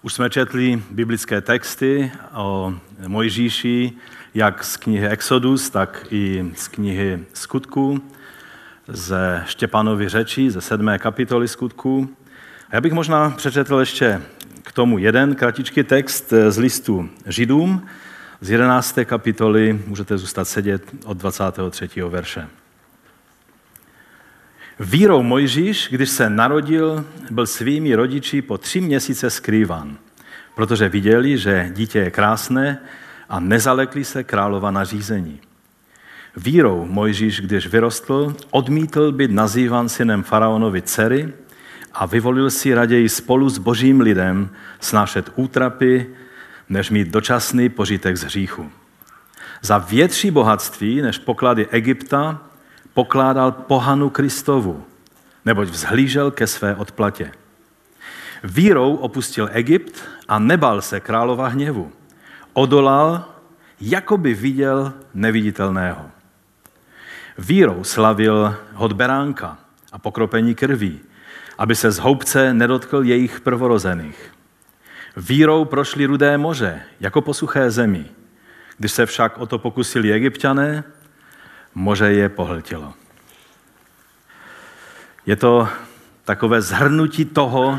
Už jsme četli biblické texty o Mojžíši, jak z knihy Exodus, tak i z knihy Skutků, ze Štěpánovy řeči, ze 7. kapitoly Skutků. A já bych možná přečetl ještě k tomu jeden kratičký text z listu Židům, z 11. kapitoly, můžete zůstat sedět od 23. verše. Vírou Mojžíš, když se narodil, byl svými rodiči po 3 měsíce skrýván, protože viděli, že dítě je krásné a nezalekli se králova nařízení. Vírou Mojžíš, když vyrostl, odmítl být nazýván synem faraonovy dcery a vyvolil si raději spolu s božím lidem snášet útrapy, než mít dočasný požitek z hříchu. Za větší bohatství než poklady Egypta pokládal pohanu Kristovu, neboť vzhlížel ke své odplatě. Vírou opustil Egypt a nebál se králova hněvu. Odolal, jako by viděl neviditelného. Vírou slavil hod beránka a pokropení krví, aby se z houbce nedotkl jejich prvorozených. Vírou prošli Rudé moře, jako po suché zemi. Když se však o to pokusili Egypťané, moře je pohltilo. Je to takové shrnutí toho,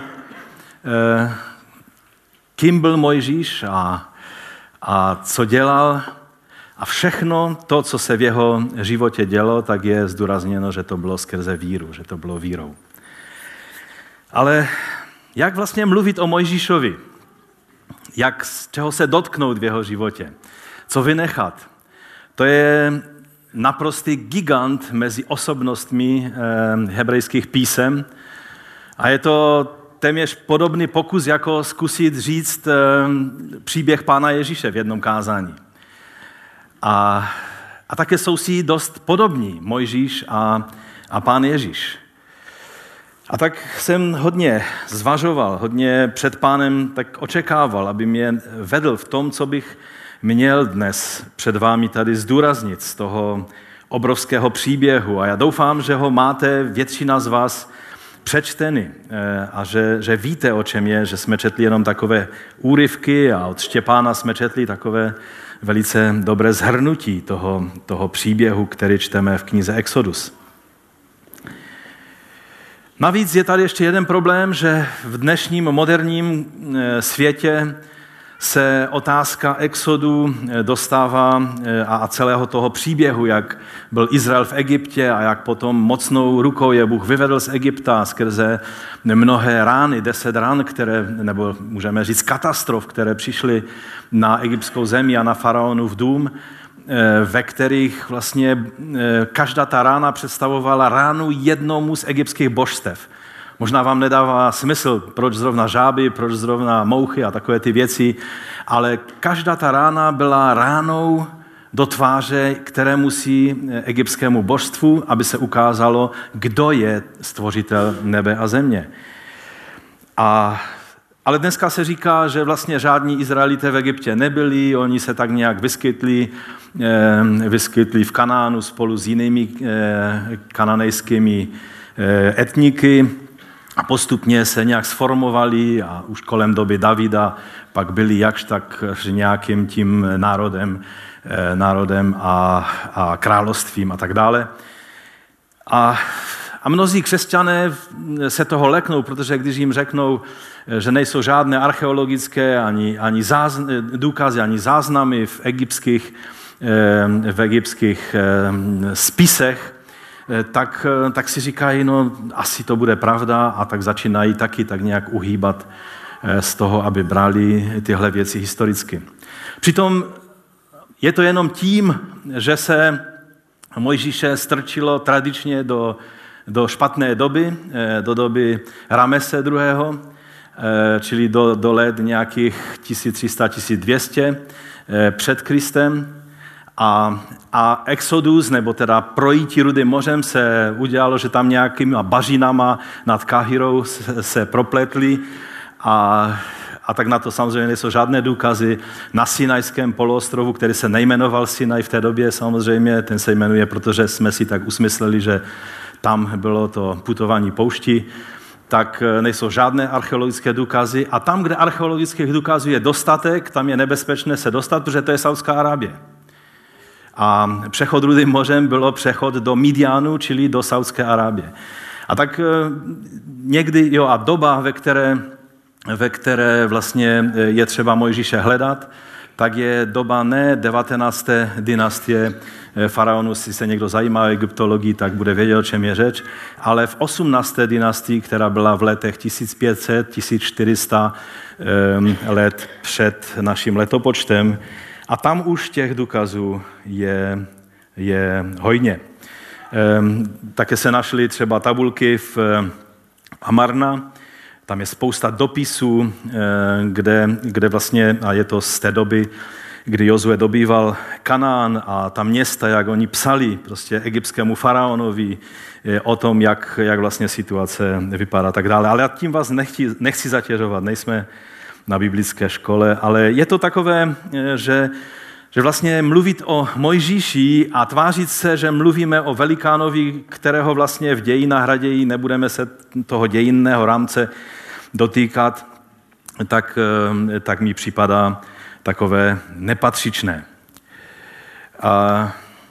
kým byl Mojžíš a co dělal. A všechno to, co se v jeho životě dělo, tak je zdůrazněno, že to bylo skrze víru, že to bylo vírou. Ale jak vlastně mluvit o Mojžíšovi? Čeho se dotknout v jeho životě? Co vynechat? To je naprostý gigant mezi osobnostmi hebrejských písem a je to téměř podobný pokus, jako zkusit říct příběh Pána Ježíše v jednom kázání. A také jsou si dost podobní Mojžíš a Pán Ježíš. A tak jsem hodně zvažoval, hodně před Pánem tak očekával, aby mě vedl v tom, co bych měl dnes před vámi tady zdůraznit z toho obrovského příběhu. A já doufám, že ho máte většina z vás přečtený a že víte, o čem je, že jsme četli jenom takové úryvky a od Štěpána jsme četli takové velice dobré shrnutí toho příběhu, který čteme v knize Exodus. Navíc je tady ještě jeden problém, že v dnešním moderním světě se otázka Exodu dostává a celého toho příběhu, jak byl Izrael v Egyptě a jak potom mocnou rukou je Bůh vyvedl z Egypta skrze mnohé rány, 10 ran, nebo můžeme říct katastrof, které přišly na egyptskou zemi a na faraonův dům, ve kterých vlastně každá ta rána představovala ránu jednomu z egyptských božstev. Možná vám nedává smysl, proč zrovna žáby, proč zrovna mouchy a takové ty věci, ale každá ta rána byla ránou do tváře, které musí egyptskému božstvu, aby se ukázalo, kdo je stvořitel nebe a země. Ale dneska se říká, že vlastně žádní Izraelité v Egyptě nebyli, oni se tak nějak vyskytli v Kanánu spolu s jinými kananejskými etniky a postupně se nějak sformovali a už kolem doby Davida pak byli jakž tak nějakým tím národem a královstvím a tak dále. A mnozí křesťané se toho leknou, protože když jim řeknou, že nejsou žádné archeologické ani důkazy, ani záznamy v egyptských spisech, tak si říkají, no asi to bude pravda a tak začínají taky tak nějak uhýbat z toho, aby brali tyhle věci historicky. Přitom je to jenom tím, že se Mojžíše strčilo tradičně do špatné doby, do doby Ramese II., čili do let nějakých 1300-1200 před Kristem. A Exodus, nebo teda projítí Rudým mořem se udělalo, že tam nějakýma bažinama nad Kahirou se propletli a tak na to samozřejmě nejsou žádné důkazy. Na Sinajském poloostrovu, který se nejmenoval Sinaj v té době samozřejmě, ten se jmenuje, protože jsme si tak usmysleli, že tam bylo to putování poušti, tak nejsou žádné archeologické důkazy. A tam, kde archeologických důkazů je dostatek, tam je nebezpečné se dostat, protože to je Saudská Arábie. A přechod Rudým mořem bylo přechod do Midianu, čili do Saudské Arábie. A tak někdy, a doba, ve které vlastně je třeba Mojžíše hledat, tak je doba ne 19. dynastie faraonů, si se někdo zajímá o egyptologii, tak bude vědět, o čem je řeč, ale v 18. dynastii, která byla v letech 1500-1400 let před naším letopočtem, a tam už těch důkazů je hojně. Také se našly třeba tabulky v Amarna, tam je spousta dopisů, kde vlastně, a je to z té doby, kdy Jozue dobýval Kanán a ta města, jak oni psali prostě egyptskému faraonovi o tom, jak vlastně situace vypadá a tak dále. Ale já tím vás nechci zatěžovat, nejsme na biblické škole, ale je to takové, že vlastně mluvit o Mojžíši a tvářit se, že mluvíme o velikánovi, kterého vlastně v dějinách raději nebudeme se toho dějinného rámce dotýkat, tak mi připadá takové nepatřičné. A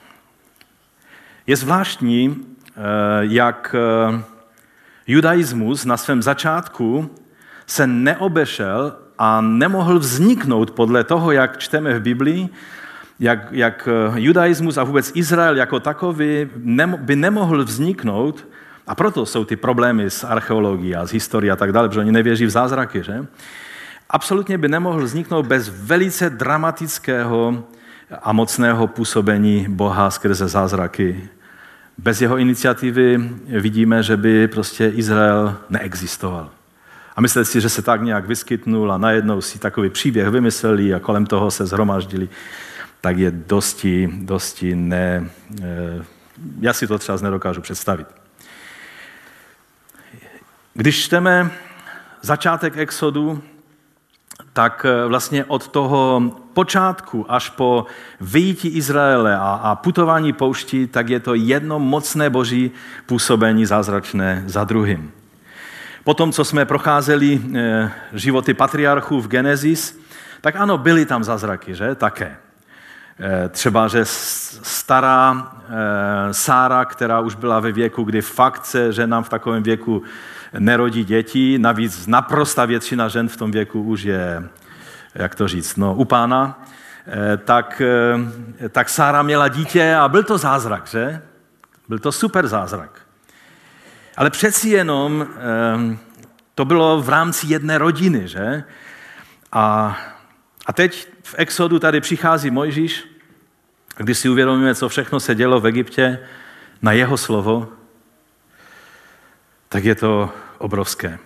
je zvláštní, jak judaismus na svém začátku se neobešel a nemohl vzniknout podle toho, jak čteme v Biblii, jak judaismus a vůbec Izrael jako takový by nemohl vzniknout, a proto jsou ty problémy s archeologií a s historií a tak dále, protože oni nevěří v zázraky, že? Absolutně by nemohl vzniknout bez velice dramatického a mocného působení Boha skrze zázraky. Bez jeho iniciativy vidíme, že by prostě Izrael neexistoval. A mysleli si, že se tak nějak vyskytnul a najednou si takový příběh vymysleli a kolem toho se zhromaždili, tak je dosti já si to třeba nedokážu představit. Když čteme začátek Exodu, tak vlastně od toho počátku až po vyjití Izraele a putování pouští, tak je to jedno mocné boží působení zázračné za druhým. Potom, co jsme procházeli životy patriarchů v Genesis, tak ano, byly tam zázraky, že? Také. Třeba, že stará Sára, která už byla ve věku, kdy fakt se ženám v takovém věku nerodí děti, navíc naprostá většina žen v tom věku už je, jak to říct, u pána, tak Sára měla dítě a byl to zázrak, že? Byl to super zázrak. Ale přeci jenom to bylo v rámci jedné rodiny, že? A teď v Exodu tady přichází Mojžíš, když si uvědomíme, co všechno se dělo v Egyptě na jeho slovo, tak je to obrovské.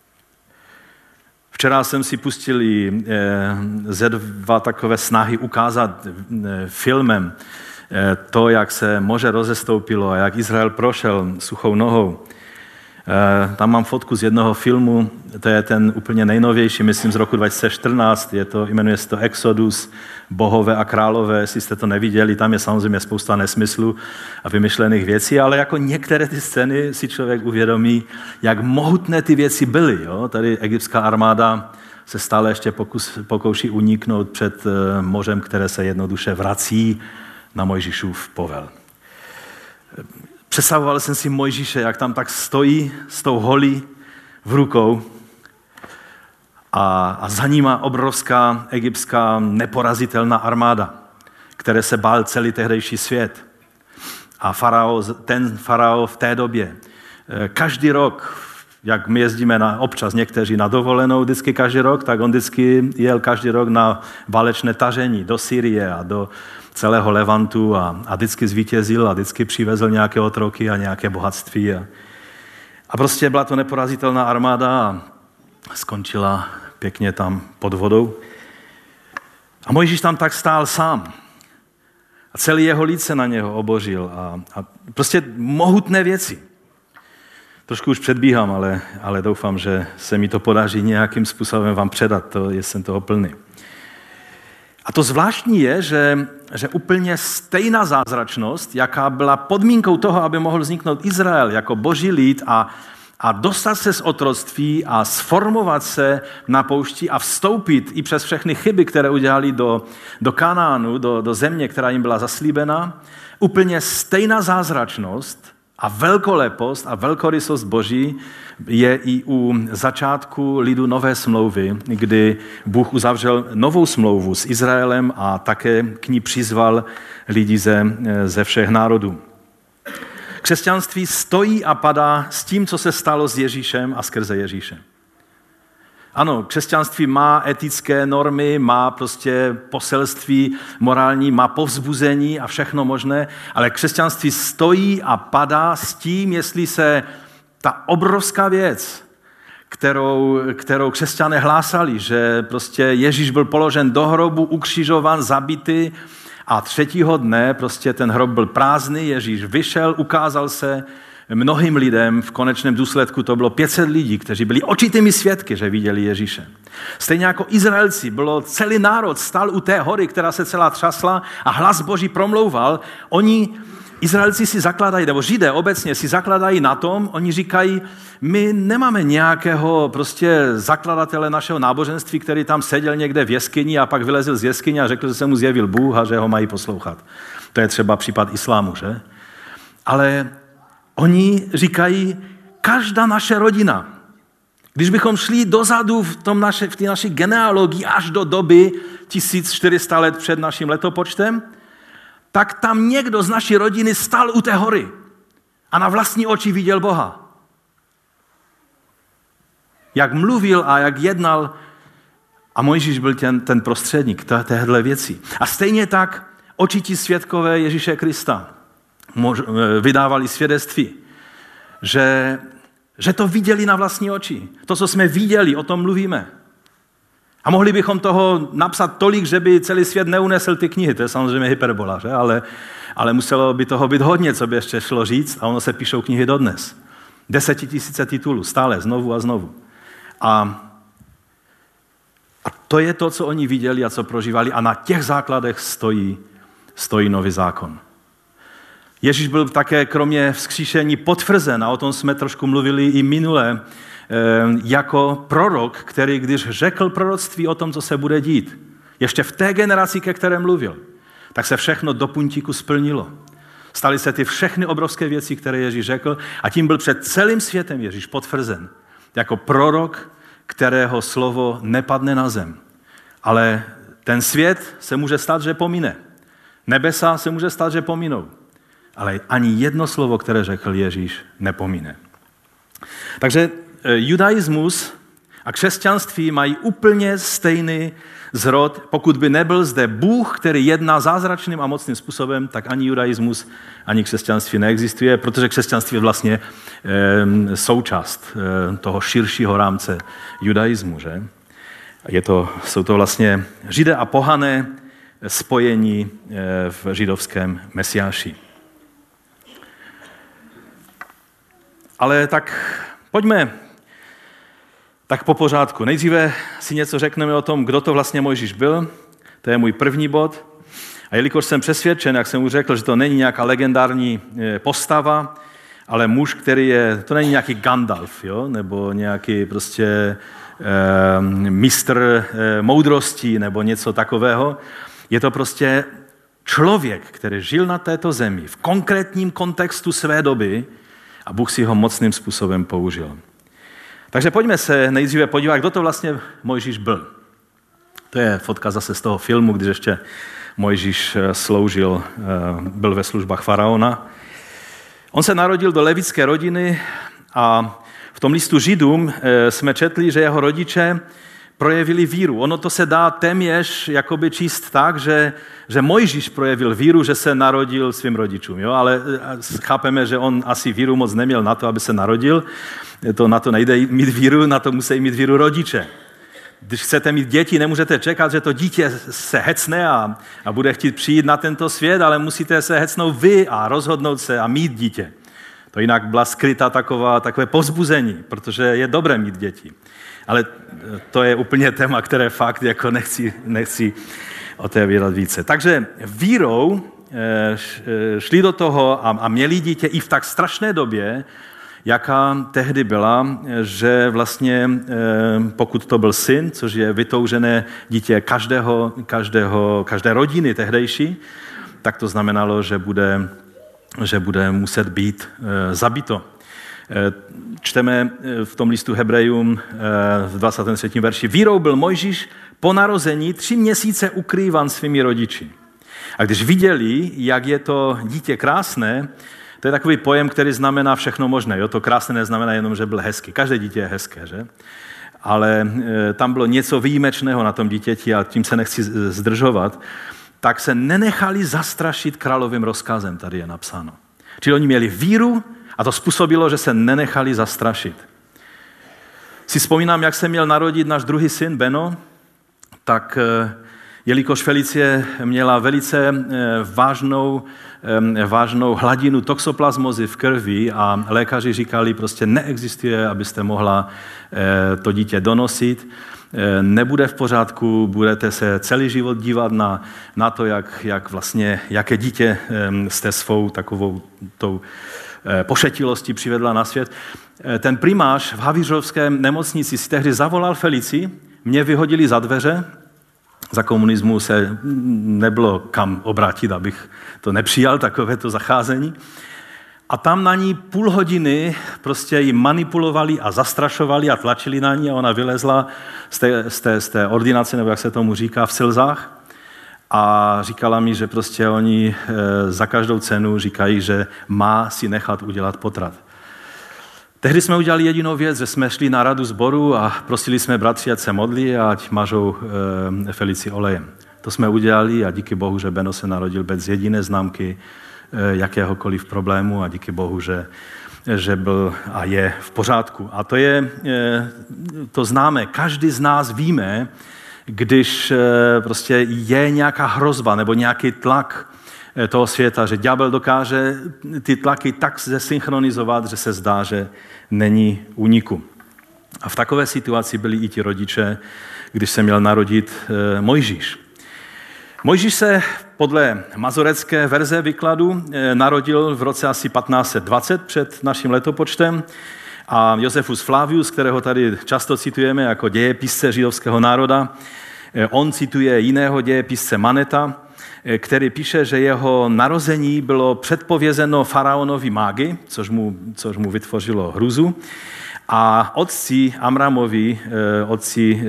Včera jsem si pustil i ze dva takové snahy ukázat filmem to, jak se moře rozestoupilo a jak Izrael prošel suchou nohou. Tam mám fotku z jednoho filmu, to je ten úplně nejnovější, myslím z roku 2014, jmenuje se to Exodus, bohové a králové, jestli jste to neviděli, tam je samozřejmě spousta nesmyslů a vymyšlených věcí, ale jako některé ty scény si člověk uvědomí, jak mohutné ty věci byly. Jo? Tady egyptská armáda se stále ještě pokouší uniknout před mořem, které se jednoduše vrací na Mojžíšův povel. Představoval jsem si Mojžíše, jak tam tak stojí s tou holí v rukou a za ním obrovská egyptská neporazitelná armáda, které se bál celý tehdejší svět. A ten faraon v té době, každý rok, jak my jezdíme občas někteří na dovolenou vždycky každý rok, tak on vždycky jel každý rok na válečné tažení do Sýrie a do celého Levantu a vždycky zvítězil a vždycky přivezl nějaké otroky a nějaké bohatství. A prostě byla to neporazitelná armáda a skončila pěkně tam pod vodou. A Mojžíš tam tak stál sám. A celý jeho lid se na něho obořil. A prostě mohutné věci. Trošku už předbíhám, ale doufám, že se mi to podaří nějakým způsobem vám předat. Jsem toho plný. A to zvláštní je, že úplně stejná zázračnost, jaká byla podmínkou toho, aby mohl vzniknout Izrael jako boží lid a dostat se z otroctví a sformovat se na poušti a vstoupit i přes všechny chyby, které udělali do Kanánu, do země, která jim byla zaslíbena, úplně stejná zázračnost a velkolepost a velkorysost Boží je i u začátku lidu nové smlouvy, kdy Bůh uzavřel novou smlouvu s Izraelem a také k ní přizval lidi ze všech národů. Křesťanství stojí a padá s tím, co se stalo s Ježíšem a skrze Ježíše. Ano, křesťanství má etické normy, má prostě poselství morální, má povzbuzení a všechno možné, ale křesťanství stojí a padá s tím, jestli se ta obrovská věc, kterou křesťané hlásali, že prostě Ježíš byl položen do hrobu, ukřižovan, zabitý a třetího dne prostě ten hrob byl prázdný, Ježíš vyšel, ukázal se mnohým lidem, v konečném důsledku to bylo 500 lidí, kteří byli očitými svědky, že viděli Ježíše. Stejně jako Izraelci, bylo celý národ stál u té hory, která se celá třasla a hlas Boží promlouval. Izraelci si zakládají, nebo Židé obecně si zakládají na tom, oni říkají, my nemáme nějakého prostě zakladatele našeho náboženství, který tam seděl někde v jeskyni a pak vylezl z jeskyně a řekl, že se mu zjevil Bůh a že ho mají poslouchat. To je třeba případ islámu, že? Ale oni říkají, každá naše rodina, když bychom šli dozadu v té naší genealogii až do doby 1400 let před naším letopočtem, tak tam někdo z naší rodiny stál u té hory a na vlastní oči viděl Boha. Jak mluvil a jak jednal a Mojžíš byl ten prostředník téhle věci. A stejně tak očití svědkové Ježíše Krista vydávali svědectví, že to viděli na vlastní oči. To, co jsme viděli, o tom mluvíme. A mohli bychom toho napsat tolik, že by celý svět neunesl ty knihy. To je samozřejmě hyperbola, že? Ale muselo by toho být hodně, co by ještě šlo říct a ono se píšou knihy dodnes. 10 000 titulů, stále, znovu a znovu. A to je to, co oni viděli a co prožívali a na těch základech stojí nový zákon. Ježíš byl také kromě vzkříšení potvrzen, a o tom jsme trošku mluvili i minule, jako prorok, který když řekl proroctví o tom, co se bude dít, ještě v té generaci, ke které mluvil, tak se všechno do puntíku splnilo. Staly se ty všechny obrovské věci, které Ježíš řekl a tím byl před celým světem Ježíš potvrzen jako prorok, kterého slovo nepadne na zem. Ale ten svět se může stát, že pomine. Nebesa se může stát, že pominou. Ale ani jedno slovo, které řekl Ježíš, nepomine. Takže judaismus a křesťanství mají úplně stejný zrod. Pokud by nebyl zde Bůh, který jedná zázračným a mocným způsobem, tak ani judaismus, ani křesťanství neexistuje, protože křesťanství je vlastně součást toho širšího rámce judaismu. Že? Jsou to vlastně Židé a pohané spojení v židovském mesiáši. Ale tak pojďme tak po pořádku. Nejdříve si něco řekneme o tom, kdo to vlastně Mojžíš byl. To je můj první bod. A jelikož jsem přesvědčen, jak jsem už řekl, že to není nějaká legendární postava, ale muž, to není nějaký Gandalf, jo? Nebo nějaký prostě mistr moudrosti nebo něco takového. Je to prostě člověk, který žil na této zemi v konkrétním kontextu své doby a Bůh si ho mocným způsobem použil. Takže pojďme se nejdříve podívat, kdo to vlastně Mojžíš byl. To je fotka zase z toho filmu, když ještě Mojžíš byl ve službách faraona. On se narodil do levické rodiny a v tom listu Židům jsme četli, že jeho rodiče projevili víru. Ono to se dá téměř jakoby číst tak, že Mojžíš projevil víru, že se narodil svým rodičům. Jo? Ale chápeme, že on asi víru moc neměl na to, aby se narodil. Na to nejde mít víru, na to musí mít víru rodiče. Když chcete mít děti, nemůžete čekat, že to dítě se hecne a bude chtít přijít na tento svět, ale musíte se hecnout vy a rozhodnout se a mít dítě. To jinak byla skrytá takové povzbuzení, protože je dobré mít děti. Ale to je úplně téma, které fakt jako nechci otevírat více. Takže vírou šli do toho a měli dítě i v tak strašné době, jaká tehdy byla, že vlastně pokud to byl syn, což je vytoužené dítě každé rodiny tehdejší, tak to znamenalo, že bude muset být zabito. Čteme v tom listu Hebrejům v 23. verši. Vírou byl Mojžíš po narození 3 měsíce ukrývan svými rodiči. A když viděli, jak je to dítě krásné, to je takový pojem, který znamená všechno možné. Jo? To krásné neznamená jenom, že byl hezký. Každé dítě je hezké, že? Ale tam bylo něco výjimečného na tom dítěti a tím se nechci zdržovat, tak se nenechali zastrašit královým rozkazem, tady je napsáno. Čili oni měli víru a to způsobilo, že se nenechali zastrašit. Si vzpomínám, jak se měl narodit náš druhý syn Beno, tak jelikož Felicie měla velice vážnou hladinu toxoplasmozy v krvi a lékaři říkali, prostě neexistuje, abyste mohla to dítě donosit, nebude v pořádku, budete se celý život dívat na to, jaké dítě jste svou takovou tou pošetilostí přivedla na svět. Ten primář v Havířovské nemocnici si tehdy zavolal Felici, mě vyhodili za dveře, za komunismu se nebylo kam obrátit, abych to nepřijal, takovéto zacházení. A tam na ní půl hodiny prostě ji manipulovali a zastrašovali a tlačili na ní a ona vylezla z té ordinace, nebo jak se tomu říká, v slzách. A říkala mi, že prostě oni za každou cenu říkají, že má si nechat udělat potrat. Tehdy jsme udělali jedinou věc, že jsme šli na radu sboru a prosili jsme bratři, ať se modlí a ať mažou Felici olejem. To jsme udělali a díky Bohu, že Beno se narodil bez jediné známky jakéhokoliv problému a díky Bohu, že byl a je v pořádku. A to známe, každý z nás víme, když prostě je nějaká hrozba nebo nějaký tlak toho světa, že ďábel dokáže ty tlaky tak zesynchronizovat, že se zdá, že není úniku. A v takové situaci byli i ti rodiče, když se měl narodit Mojžíš. Mojžíš se podle mazorecké verze výkladu narodil v roce asi 1520 před naším letopočtem a Josefus Flavius, kterého tady často citujeme jako dějepisce židovského národa, on cituje jiného dějepisce Maneta, který píše, že jeho narození bylo předpovězeno faraonovi mágy, což mu vytvořilo hruzu, a otci Amramovi, otci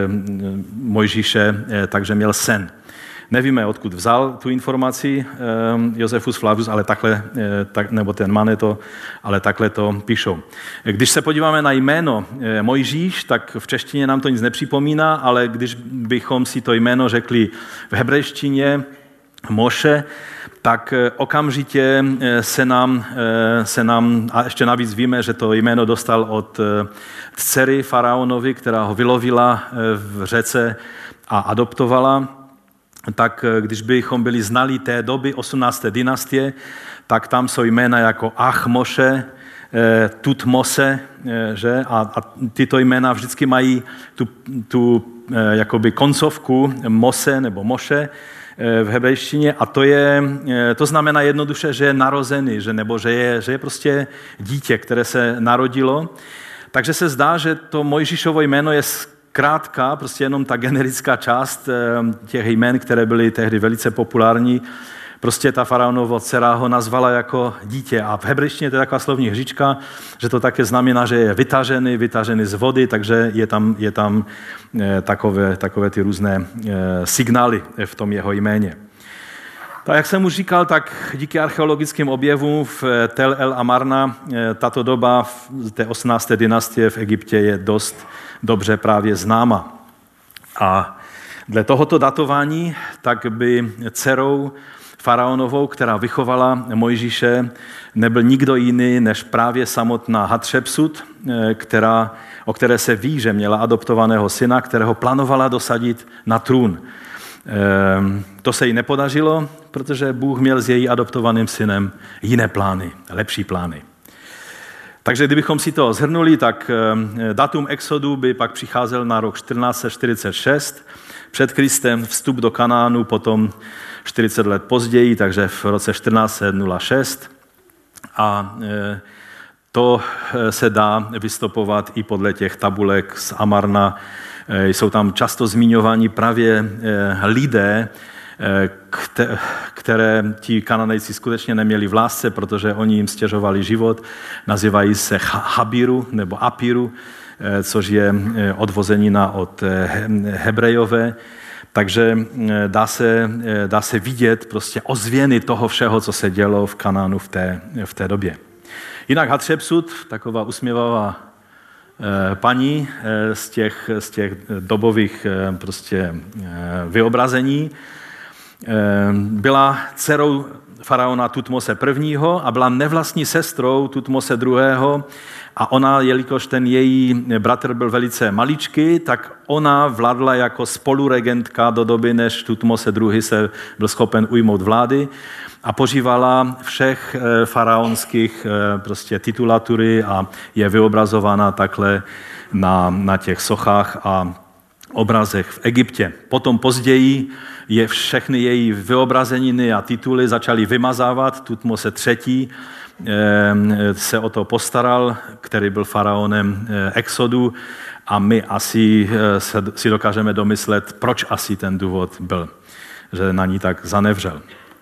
Mojžíše, takže měl sen. Nevíme, odkud vzal tu informaci Josefus Flavius, ale nebo ten Maneto, ale takhle to píšou. Když se podíváme na jméno Mojžíš, tak v češtině nám to nic nepřipomíná, ale když bychom si to jméno řekli v hebrejštině Moše, tak okamžitě se nám, a ještě navíc víme, že to jméno dostal od dcery faraonovi, která ho vylovila v řece a adoptovala, tak když bychom byli znali té doby 18. dynastie, tak tam jsou jména jako Achmoše, Tutmose, že? A tyto jména vždycky mají tu jakoby koncovku Mose nebo Moše v hebrejštině a to znamená jednoduše, že je narozený, že je prostě dítě, které se narodilo. Takže se zdá, že to Mojžíšovo jméno je zkrátka, prostě jenom ta generická část těch jmén, které byly tehdy velice populární. Prostě ta faraonova dcera ho nazvala jako dítě. A v hebrejštině to je taková slovní hříčka, že to také znamená, že je vytažený z vody, takže je tam takové ty různé signály v tom jeho jméně. Tak jak jsem už říkal, tak díky archeologickým objevům v Tel el Amarna tato doba v té 18. dynastie v Egyptě je dost dobře právě známa. A dle tohoto datování tak by dcerou faraonovou, která vychovala Mojžíše, nebyl nikdo jiný než právě samotná Hatšepsut, o které se ví, že měla adoptovaného syna, kterého plánovala dosadit na trůn. To se jí nepodařilo, protože Bůh měl s její adoptovaným synem jiné plány, lepší plány. Takže kdybychom si to shrnuli, tak datum exodu by pak přicházel na rok 1446 před Kristem, vstup do Kanánu potom 40 let později, takže v roce 1406. A To se dá vystopovat i podle těch tabulek z Amarna. Jsou tam často zmiňováni právě lidé, které ti Kananejci skutečně neměli v lásce, protože oni jim stěžovali život. Nazývají se Habiru nebo Apiru, což je odvozenina od Hebrejové. Takže dá se vidět prostě ozvěny toho všeho, co se dělo v Kanánu v té době. Jinak Hatšepsut, taková usměvavá paní z těch dobových prostě vyobrazení, byla dcerou faraona Tutmose I. A byla nevlastní sestrou Tutmose II. A ona, jelikož ten její bratr byl velice maličký, tak ona vládla jako spoluregentka do doby, než Tutmose II. Se byl schopen ujmout vlády a požívala všech faraonských prostě titulatury a je vyobrazována takhle na těch sochách a obrazech v Egyptě. Potom později všechny její vyobrazeniny a tituly začaly vymazávat. Tutmose III. Se o to postaral, který byl faraonem Exodu, a my asi si dokážeme domyslet, proč asi ten důvod byl, že na ní tak zanevřel.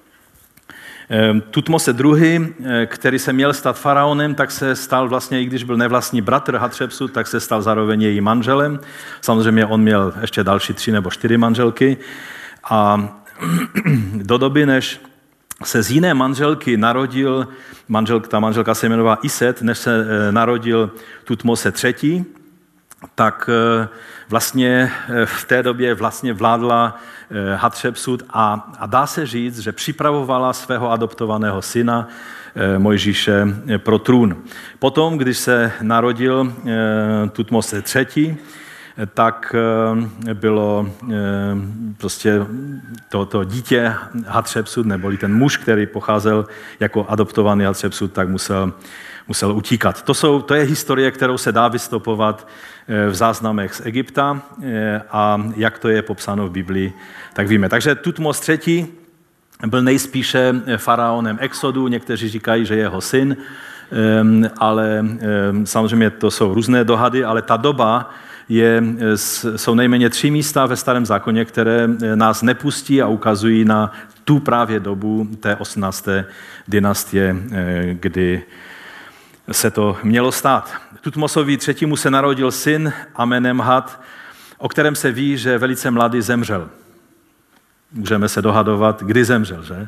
Tutmose II., který se měl stát faraonem, tak se stal vlastně, i když byl nevlastní bratr Hatšepsut, tak se stal zároveň její manželem. Samozřejmě on měl ještě další 3 nebo 4 manželky. A do doby, než se z jiné manželky narodil, ta manželka se jmenovala Iset, než se narodil Tutmose III., tak vlastně v té době vlastně vládla Hatšepsut a dá se říct, že připravovala svého adoptovaného syna Mojžíše pro trůn. Potom, když se narodil Tutmose III., tak bylo prostě to dítě Hatšepsut, neboli ten muž, který pocházel jako adoptovaný Hatšepsut, tak musel utíkat. To je historie, kterou se dá vystopovat v záznamech z Egypta, a jak to je popsáno v Biblii, tak víme. Takže Tutmos III. Byl nejspíše faraonem Exodu, někteří říkají, že jeho syn, ale samozřejmě to jsou různé dohady, ale ta doba jsou nejméně 3 místa ve Starém zákoně, které nás nepustí a ukazují na tu právě dobu té 18. dynastie, kdy se to mělo stát. Tutmosovi III. Se narodil syn Amenemhat, o kterém se ví, že velice mladý zemřel. Můžeme se dohadovat, kdy zemřel, že?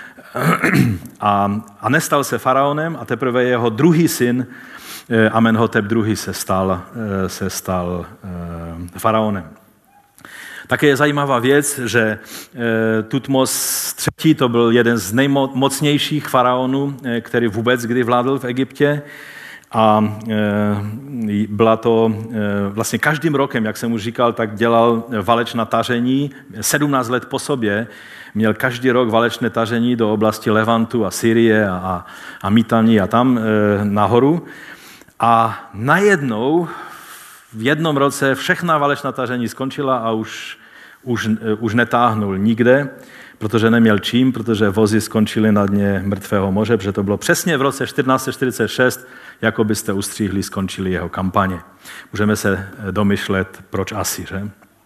A nestal se faraonem, a teprve jeho druhý syn Amenhotep II. se stal faraonem. Také je zajímavá věc, že Tutmos III. To byl jeden z nejmocnějších faraonů, který vůbec kdy vládl v Egyptě. A byla to vlastně každým rokem, jak jsem už říkal, tak dělal válečná tažení. 17 let po sobě měl každý rok válečné tažení do oblasti Levantu a Syrie a Mítani a tam nahoru. A najednou v jednom roce všechna válečná tažení skončila a už netáhnul nikde, protože neměl čím, protože vozy skončily na dně Mrtvého moře, protože to bylo přesně v roce 1446, jako byste ustříhli, skončily jeho kampaně. Můžeme se domyšlet, proč asi, že?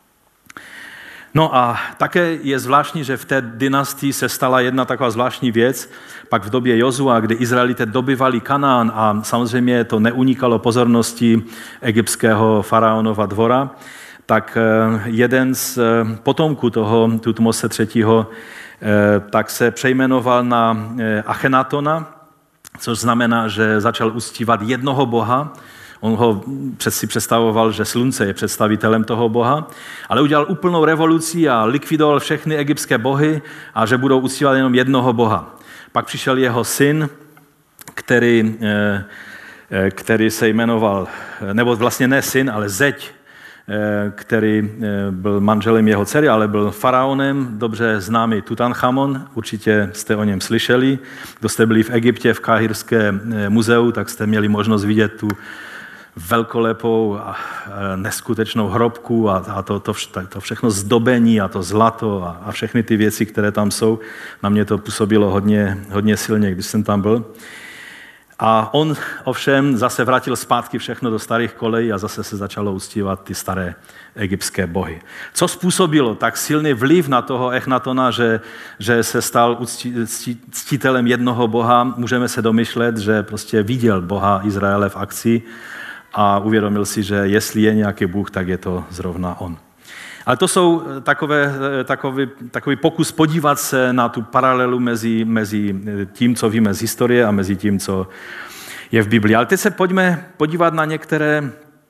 No a také je zvláštní, že v té dynastii se stala jedna taková zvláštní věc, pak v době Jozua, kdy Izraelité dobyvali Kanán a samozřejmě to neunikalo pozornosti egyptského faraonova dvora, tak jeden z potomků toho Tutmose III. Tak se přejmenoval na Achenatona, což znamená, že začal uctívat jednoho boha. On ho si představoval, že slunce je představitelem toho boha, ale udělal úplnou revoluci a likvidoval všechny egyptské bohy a že budou uctívat jenom jednoho boha. Pak přišel jeho syn, který se jmenoval, nebo vlastně ne syn, ale zeď, který byl manželem jeho dcery, ale byl faraonem, dobře známý Tutanchamon, určitě jste o něm slyšeli. Kdo jste byli v Egyptě, v Káhirském muzeu, tak jste měli možnost vidět tu velkolepou a neskutečnou hrobku a to všechno zdobení a to zlato a všechny ty věci, které tam jsou. Na mě to působilo hodně silně, když jsem tam byl. A on ovšem zase vrátil zpátky všechno do starých kolejí a zase se začalo uctívat ty staré egyptské bohy. Co způsobilo tak silný vliv na toho Echnatona, že se stal ctitelem jednoho boha? Můžeme se domýšlet, že prostě viděl boha Izraele v akci a uvědomil si, že jestli je nějaký bůh, tak je to zrovna on. Ale to jsou takový pokus podívat se na tu paralelu mezi tím, co víme z historie a mezi tím, co je v Biblii. Ale teď se pojďme podívat na některé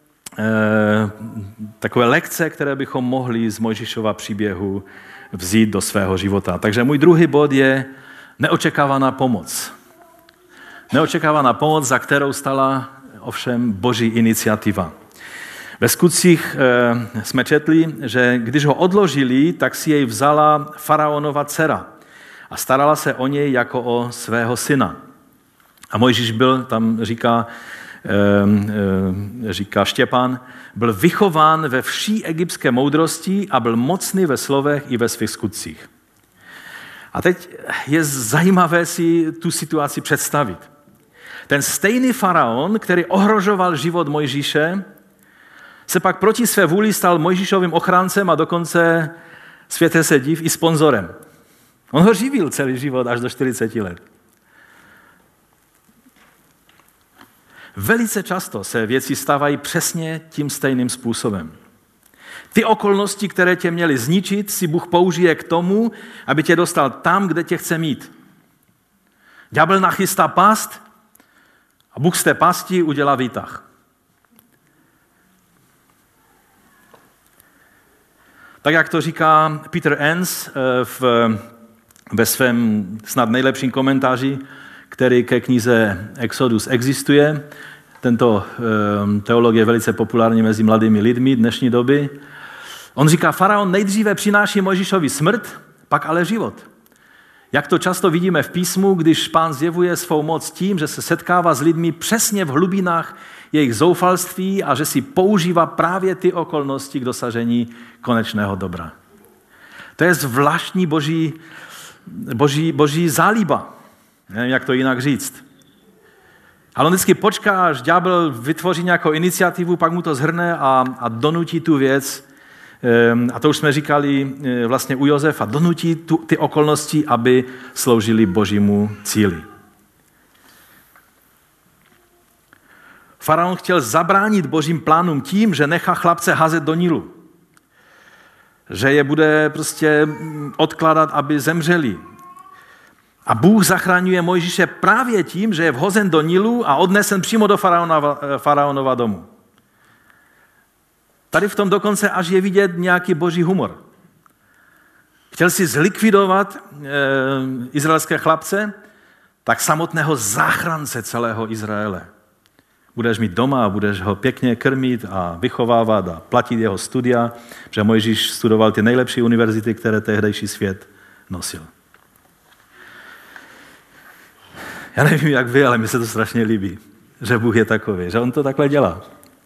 takové lekce, které bychom mohli z Mojžíšova příběhu vzít do svého života. Takže můj druhý bod je neočekávaná pomoc. Neočekávaná pomoc, za kterou stala ovšem Boží iniciativa. Ve Skutcích jsme četli, že když ho odložili, tak si jej vzala faraonova dcera a starala se o něj jako o svého syna. A Mojžíš byl, tam říká Štěpán, byl vychován ve vší egyptské moudrosti a byl mocný ve slovech i ve svých skutcích. A teď je zajímavé si tu situaci představit. Ten stejný faraon, který ohrožoval život Mojžíše, se pak proti své vůli stal Mojžíšovým ochráncem a dokonce, světe se div, i sponzorem. On ho živil celý život až do 40 let. Velice často se věci stávají přesně tím stejným způsobem. Ty okolnosti, které tě měly zničit, si Bůh použije k tomu, aby tě dostal tam, kde tě chce mít. Ďábel nachystá past a Bůh z té pasti udělá výtah. Tak jak to říká Peter Enns ve svém snad nejlepším komentáři, který ke knize Exodus existuje. Tento teolog je velice populární mezi mladými lidmi dnešní doby. On říká, faraon nejdříve přináší Mojžíšovi smrt, pak ale život. Jak to často vidíme v písmu, když Pán zjevuje svou moc tím, že se setkává s lidmi přesně v hlubinách jejich zoufalství a že si používá právě ty okolnosti k dosažení konečného dobra. To je zvláštní boží zálíba. Nevím, jak to jinak říct. Ale on vždycky počká, až ďábel vytvoří nějakou iniciativu, pak mu to zhrne a donutí tu věc. A to už jsme říkali vlastně u Josefa. Donutí ty okolnosti, aby sloužili Božímu cíli. Faraon chtěl zabránit Božím plánům tím, že nechá chlapce házet do Nilu. Že je bude prostě odkládat, aby zemřeli. A Bůh zachraňuje Mojžíše právě tím, že je vhozen do Nilu a odnesen přímo do faraonova domu. Tady v tom dokonce až je vidět nějaký boží humor. Chtěl si zlikvidovat izraelské chlapce, tak samotného záchrance celého Izraele. Budeš mít doma a budeš ho pěkně krmit a vychovávat a platit jeho studia, že Mojžíš studoval ty nejlepší univerzity, které tehdejší svět nosil. Já nevím, jak vy, ale mi se to strašně líbí, že Bůh je takový, že on to takhle dělá.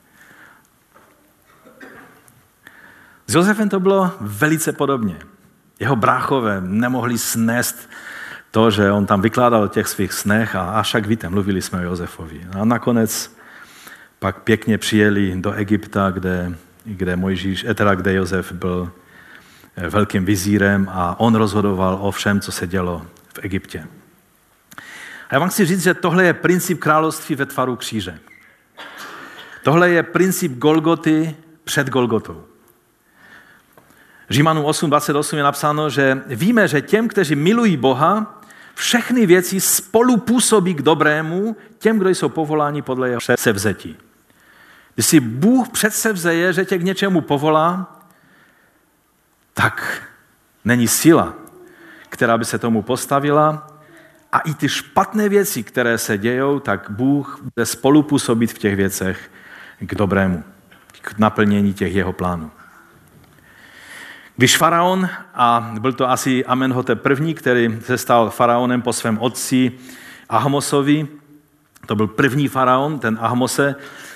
S Josefem to bylo velice podobně. Jeho bráchové nemohli snést to, že on tam vykládal o těch svých snech a však víte, mluvili jsme o Josefovi. A nakonec pak pěkně přijeli do Egypta, kde Josef byl velkým vizírem a on rozhodoval o všem, co se dělo v Egyptě. A já vám chci říct, že tohle je princip království ve tvaru kříže. Tohle je princip Golgoty před Golgotou. Římanům 8:28 je napsáno, že víme, že těm, kteří milují Boha, všechny věci spolu působí k dobrému těm, kdo jsou povoláni podle jeho předsevzetí. Když si Bůh předsevzeje, že tě k něčemu povolá, tak není síla, která by se tomu postavila, a i ty špatné věci, které se dějou, tak Bůh bude spolupůsobit v těch věcech k dobrému, k naplnění těch jeho plánů. Když faraon, a byl to asi Amenhotep I., který se stal faraonem po svém otci Ahmosovi, to byl první faraon, ten Ahmose,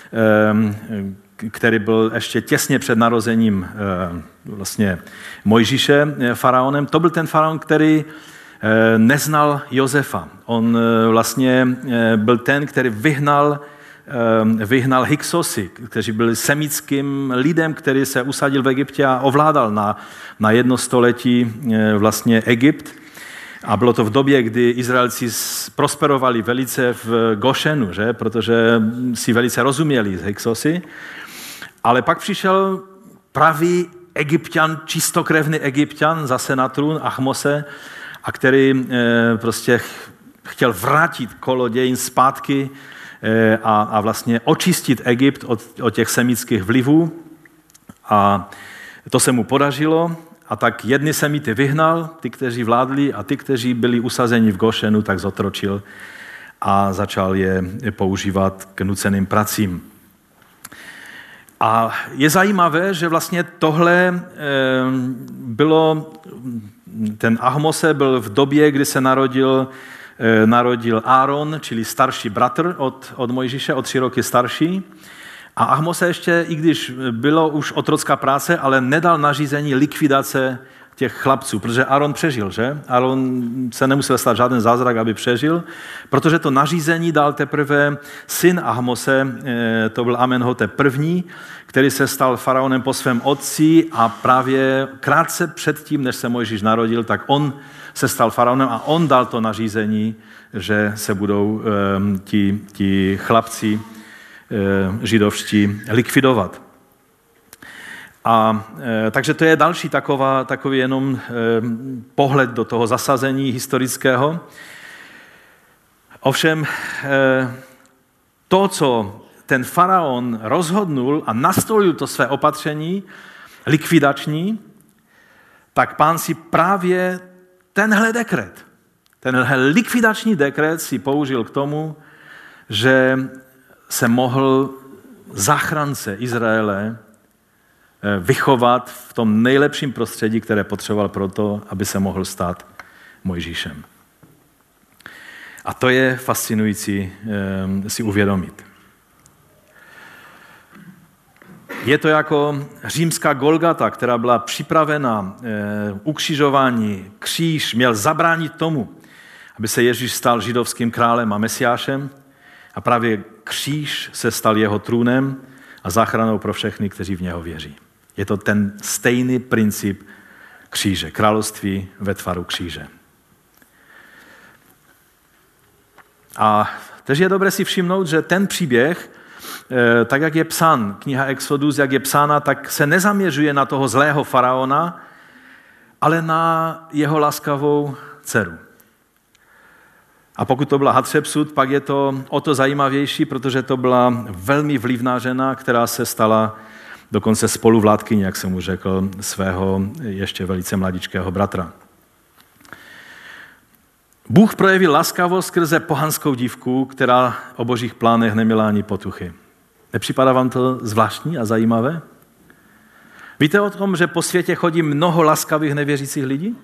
který byl ještě těsně před narozením vlastně Mojžíše faraonem, to byl ten faraon, který neznal Josefa. On vlastně byl ten, který vyhnal Hyksosy, kteří byli semickým lidem, který se usadil v Egyptě a ovládal na 1 století vlastně Egypt. A bylo to v době, kdy Izraelci prosperovali velice v Gošenu, že? Protože si velice rozuměli z Hyksosy. Ale pak přišel pravý Egypťan, čistokrevný Egypťan, zase na trůn Ahmose, a který prostě chtěl vrátit kolo dějin zpátky a vlastně očistit Egypt od těch semických vlivů. A to se mu podařilo. A tak jedny semity vyhnal, ty, kteří vládli, a ty, kteří byli usazeni v Gošenu, tak zotročil a začal je používat k nuceným pracím. A je zajímavé, že vlastně tohle bylo, ten Ahmose byl v době, kdy se narodil Áron, čili starší bratr od Mojžíše, o 3 roky starší. A Ahmose ještě, i když bylo už otrocká práce, ale nedal nařízení likvidace těch chlapců, protože Áron přežil, že? Áron se nemusel stát žádný zázrak, aby přežil, protože to nařízení dal teprve syn Ahmose, to byl Amenhotep I., který se stal faraonem po svém otci a právě krátce předtím, než se Mojžíš narodil, tak on se stal faraonem a on dal to nařízení, že se budou ti chlapci židovští likvidovat. A takže to je další takový jenom pohled do toho zasazení historického. Ovšem to, co ten faraon rozhodnul a nastolil to své opatření likvidační, tak Pán si právě tenhle likvidační dekret si použil k tomu, že se mohl záchránce Izraele vychovat v tom nejlepším prostředí, které potřeboval pro to, aby se mohl stát Mojžíšem. A to je fascinující si uvědomit. Je to jako římská Golgata, která byla připravena ukřižování, kříž měl zabránit tomu, aby se Ježíš stal židovským králem a mesiášem, a právě kříž se stal jeho trůnem a záchranou pro všechny, kteří v něho věří. Je to ten stejný princip kříže, království ve tvaru kříže. A teď je dobré si všimnout, že ten příběh, tak jak je psán, kniha Exodus, jak je psána, tak se nezaměřuje na toho zlého faraona, ale na jeho laskavou dceru. A pokud to byla Hatšepsut, pak je to o to zajímavější, protože to byla velmi vlivná žena, která se stala dokonce spoluvládkyní, jak jsem mu řekl, svého ještě velice mladičkého bratra. Bůh projevil laskavost skrze pohanskou dívku, která o božích plánech neměla ani potuchy. Nepřipadá vám to zvláštní a zajímavé? Víte o tom, že po světě chodí mnoho laskavých nevěřících lidí?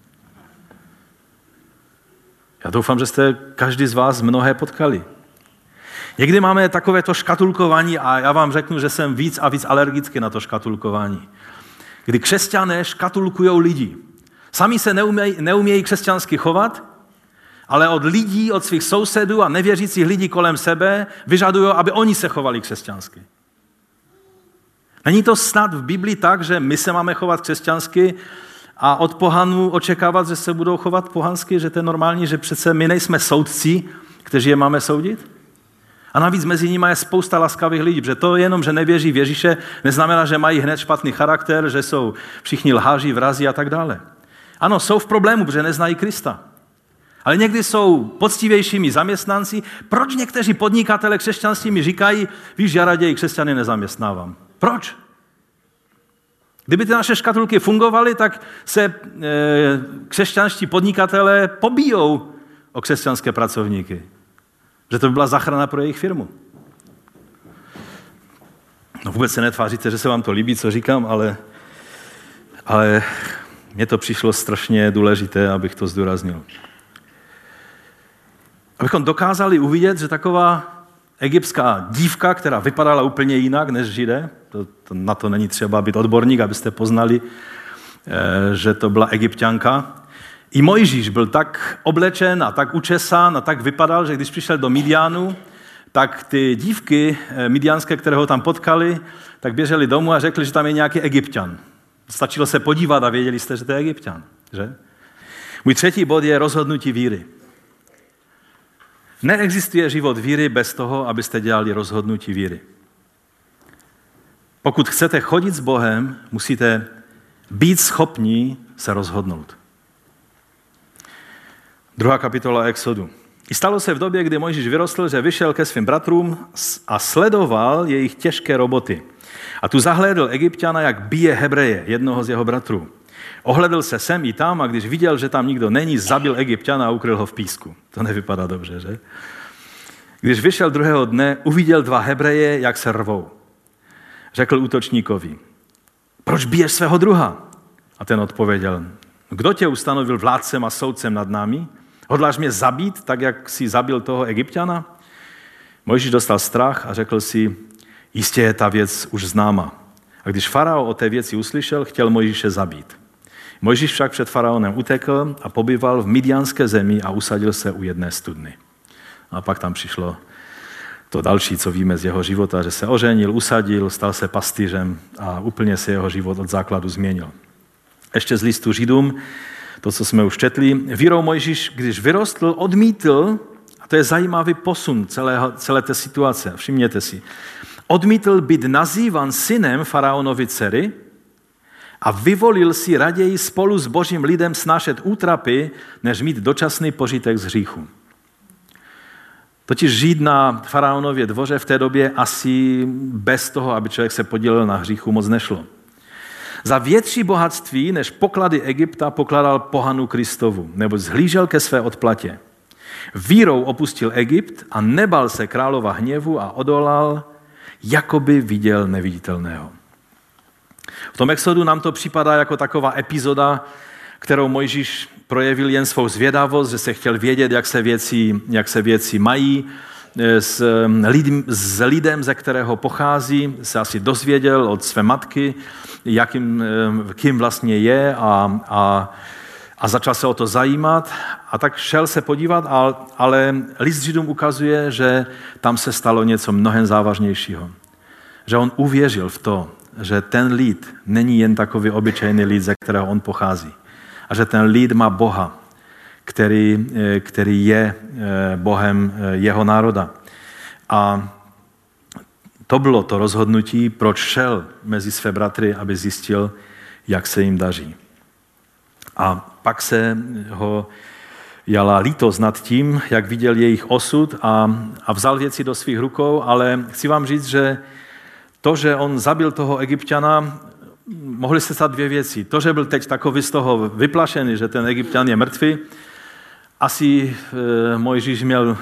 Já doufám, že jste každý z vás mnohé potkali. Někdy máme takovéto škatulkování a já vám řeknu, že jsem víc a víc alergický na to škatulkování. Kdy křesťané škatulkujou lidi. Sami se neumějí křesťansky chovat, ale od lidí, od svých sousedů a nevěřících lidí kolem sebe vyžadují, aby oni se chovali křesťansky. Není to snad v Biblii tak, že my se máme chovat křesťansky a od pohanů očekávat, že se budou chovat pohansky, že to je normální, že přece my nejsme soudci, kteří je máme soudit? A navíc mezi nimi je spousta laskavých lidí, protože to jenom, že nevěří v Ježíše, neznamená, že mají hned špatný charakter, že jsou všichni lháři, vrazi a tak dále. Ano, jsou v problému, protože neznají Krista. Ale někdy jsou poctivějšími zaměstnanci. Proč někteří podnikatele křesťanství mi říkají, víš, já raději křesťany nezaměstnávám. Proč? Kdyby ty naše škatulky fungovaly, tak se křesťanští podnikatelé pobijou o křesťanské pracovníky. Že to by byla záchrana pro jejich firmu. No vůbec se netváříte, že se vám to líbí, co říkám, ale mně to přišlo strašně důležité, abych to zdůraznil. Abychom dokázali uvidět, že taková egyptská dívka, která vypadala úplně jinak než Židé, na to není třeba být odborník, abyste poznali, že to byla Egypťanka, I Mojžíš byl tak oblečen a tak učesán a tak vypadal, že když přišel do Midianu, tak ty dívky midianské, které ho tam potkali, tak běželi domů a řekli, že tam je nějaký Egypťan. Stačilo se podívat a věděli jste, že to je Egypťan. Že? Můj třetí bod je rozhodnutí víry. Neexistuje život víry bez toho, abyste dělali rozhodnutí víry. Pokud chcete chodit s Bohem, musíte být schopní se rozhodnout. 2. kapitola Exodu. I stalo se v době, kdy Mojžíš vyrostl, že vyšel ke svým bratrům a sledoval jejich těžké roboty. A tu zahlédl Egypťana, jak bije Hebreje, jednoho z jeho bratrů. Ohledl se sem i tam a když viděl, že tam nikdo není, zabil Egypťana a ukryl ho v písku. To nevypadá dobře, že? Když vyšel druhého dne, uviděl 2 Hebreje, jak se rvou. Řekl útočníkovi, proč biješ svého druha? A ten odpověděl, kdo tě ustanovil vládcem a soudcem nad námi? Hodláš mě zabít, tak jak jsi zabil toho Egypťana? Mojžíš dostal strach a řekl si, jistě je ta věc už známa. A když farao o té věci uslyšel, chtěl Mojžíše zabít. Mojžíš však před faraonem utekl a pobýval v midianské zemi a usadil se u jedné studny. A pak tam přišlo to další, co víme z jeho života, že se oženil, usadil, stal se pastýřem a úplně se jeho život od základu změnil. Ještě z listu Židům, to, co jsme už četli, vírou Mojžíš, když vyrostl, odmítl, a to je zajímavý posun celé té situace, všimněte si, odmítl být nazývan synem faraonovy dcery a vyvolil si raději spolu s božím lidem snášet útrapy, než mít dočasný požitek z hříchu. Totiž žít na faraonově dvoře v té době asi bez toho, aby člověk se podílel na hříchu, moc nešlo. Za větší bohatství než poklady Egypta pokládal pohanu Kristovu, nebo zhlížel ke své odplatě. Vírou opustil Egypt a nebal se králova hněvu a odolal, jakoby viděl neviditelného. V tom Exodu nám to připadá jako taková epizoda, kterou Mojžíš projevil jen svou zvědavost, že se chtěl vědět, jak se věci mají. S lidem, ze kterého pochází, se asi dozvěděl od své matky, kým vlastně je a začal se o to zajímat. A tak šel se podívat, ale list Židům ukazuje, že tam se stalo něco mnohem závažnějšího. Že on uvěřil v to, že ten lid není jen takový obyčejný lid, ze kterého on pochází. A že ten lid má Boha, který je Bohem jeho národa. A to bylo to rozhodnutí, proč šel mezi své bratry, aby zjistil, jak se jim daří. A pak se ho jala lítost nad tím, jak viděl jejich osud a vzal věci do svých rukou, ale chci vám říct, že to, že on zabil toho Egypťana, mohly se stát 2 věci. To, že byl teď takový z toho vyplašený, že ten Egypťan je mrtvý, asi Mojžíš měl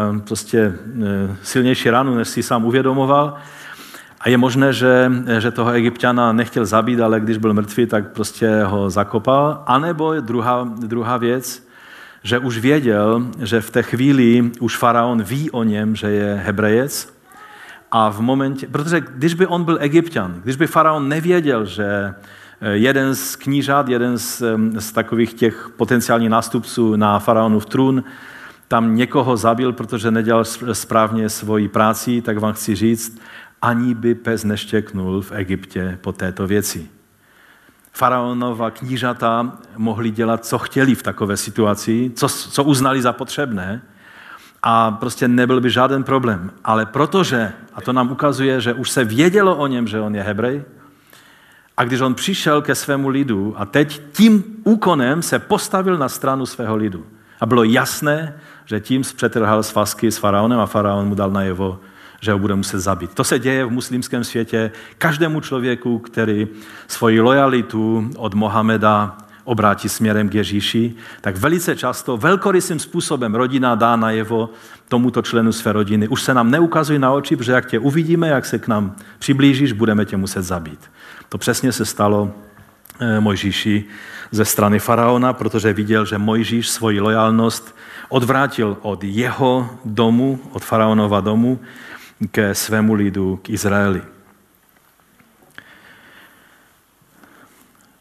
silnější ránu, než si sám uvědomoval. A je možné, že toho Egypťana nechtěl zabít, ale když byl mrtvý, tak prostě ho zakopal. A nebo druhá věc, že už věděl, že v té chvíli už faraon ví o něm, že je Hebrejec. A v momentě, protože když by on byl Egypťan, když by faraon nevěděl, že jeden z knížat, jeden z takových těch potenciálních nástupců na faraonův trůn, tam někoho zabil, protože nedělal správně svoji práci, tak vám chci říct, ani by pes neštěknul v Egyptě po této věci. Faraonova knížata mohli dělat, co chtěli v takové situaci, co uznali za potřebné, a prostě nebyl by žádný problém. Ale protože, a to nám ukazuje, že už se vědělo o něm, že on je Hebrej, a když on přišel ke svému lidu a teď tím úkonem se postavil na stranu svého lidu. A bylo jasné, že tím zpřetrhal svazky s faraonem a faraon mu dal najevo, že ho bude muset zabít. To se děje v muslimském světě každému člověku, který svoji lojalitu od Mohameda obrátí směrem k Ježíši, tak velice často velkorysým způsobem rodina dá najevo tomuto členu své rodiny. Už se nám neukazují na oči, protože jak tě uvidíme, jak se k nám přiblížíš, budeme tě muset zabít. To přesně se stalo Mojžíši ze strany faraona, protože viděl, že Mojžíš svoji lojalnost odvrátil od jeho domu, od faraonova domu, ke svému lidu, k Izraeli.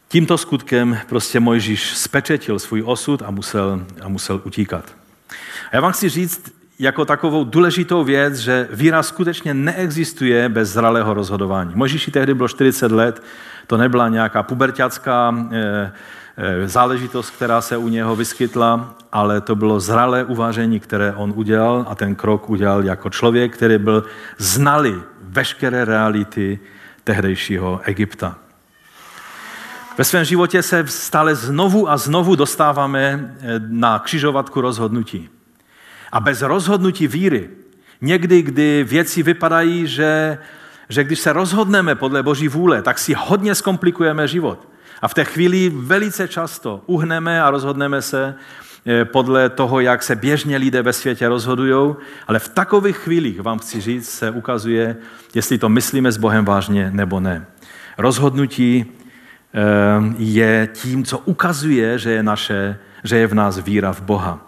Tímto skutkem prostě Mojžíš spečetil svůj osud a musel utíkat. A já vám chci říct jako takovou důležitou věc, že víra skutečně neexistuje bez zralého rozhodování. Mojžíši tehdy bylo 40 let, to nebyla nějaká puberťácká záležitost, která se u něho vyskytla, ale to bylo zralé uvážení, které on udělal a ten krok udělal jako člověk, který byl znalý veškeré reality tehdejšího Egypta. Ve svém životě se stále znovu a znovu dostáváme na křižovatku rozhodnutí. A bez rozhodnutí víry, někdy, kdy věci vypadají, že když se rozhodneme podle Boží vůle, tak si hodně zkomplikujeme život. A v té chvíli velice často uhneme a rozhodneme se podle toho, jak se běžně lidé ve světě rozhodují, ale v takových chvílích, vám chci říct, se ukazuje, jestli to myslíme s Bohem vážně nebo ne. Rozhodnutí je tím, co ukazuje, že je v nás víra v Boha.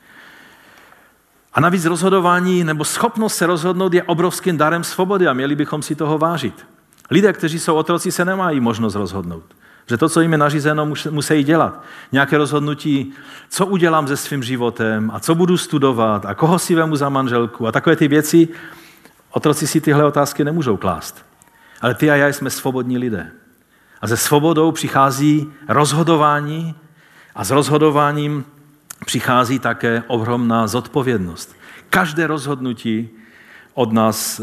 A navíc rozhodování nebo schopnost se rozhodnout je obrovským darem svobody a měli bychom si toho vážit. Lidé, kteří jsou otroci, se nemají možnost rozhodnout. Že to, co jim je nařízeno, musí dělat. Nějaké rozhodnutí, co udělám se svým životem a co budu studovat a koho si vemu za manželku a takové ty věci, otroci si tyhle otázky nemůžou klást. Ale ty a já jsme svobodní lidé. A se svobodou přichází rozhodování a s rozhodováním přichází také ohromná zodpovědnost. Každé rozhodnutí od nás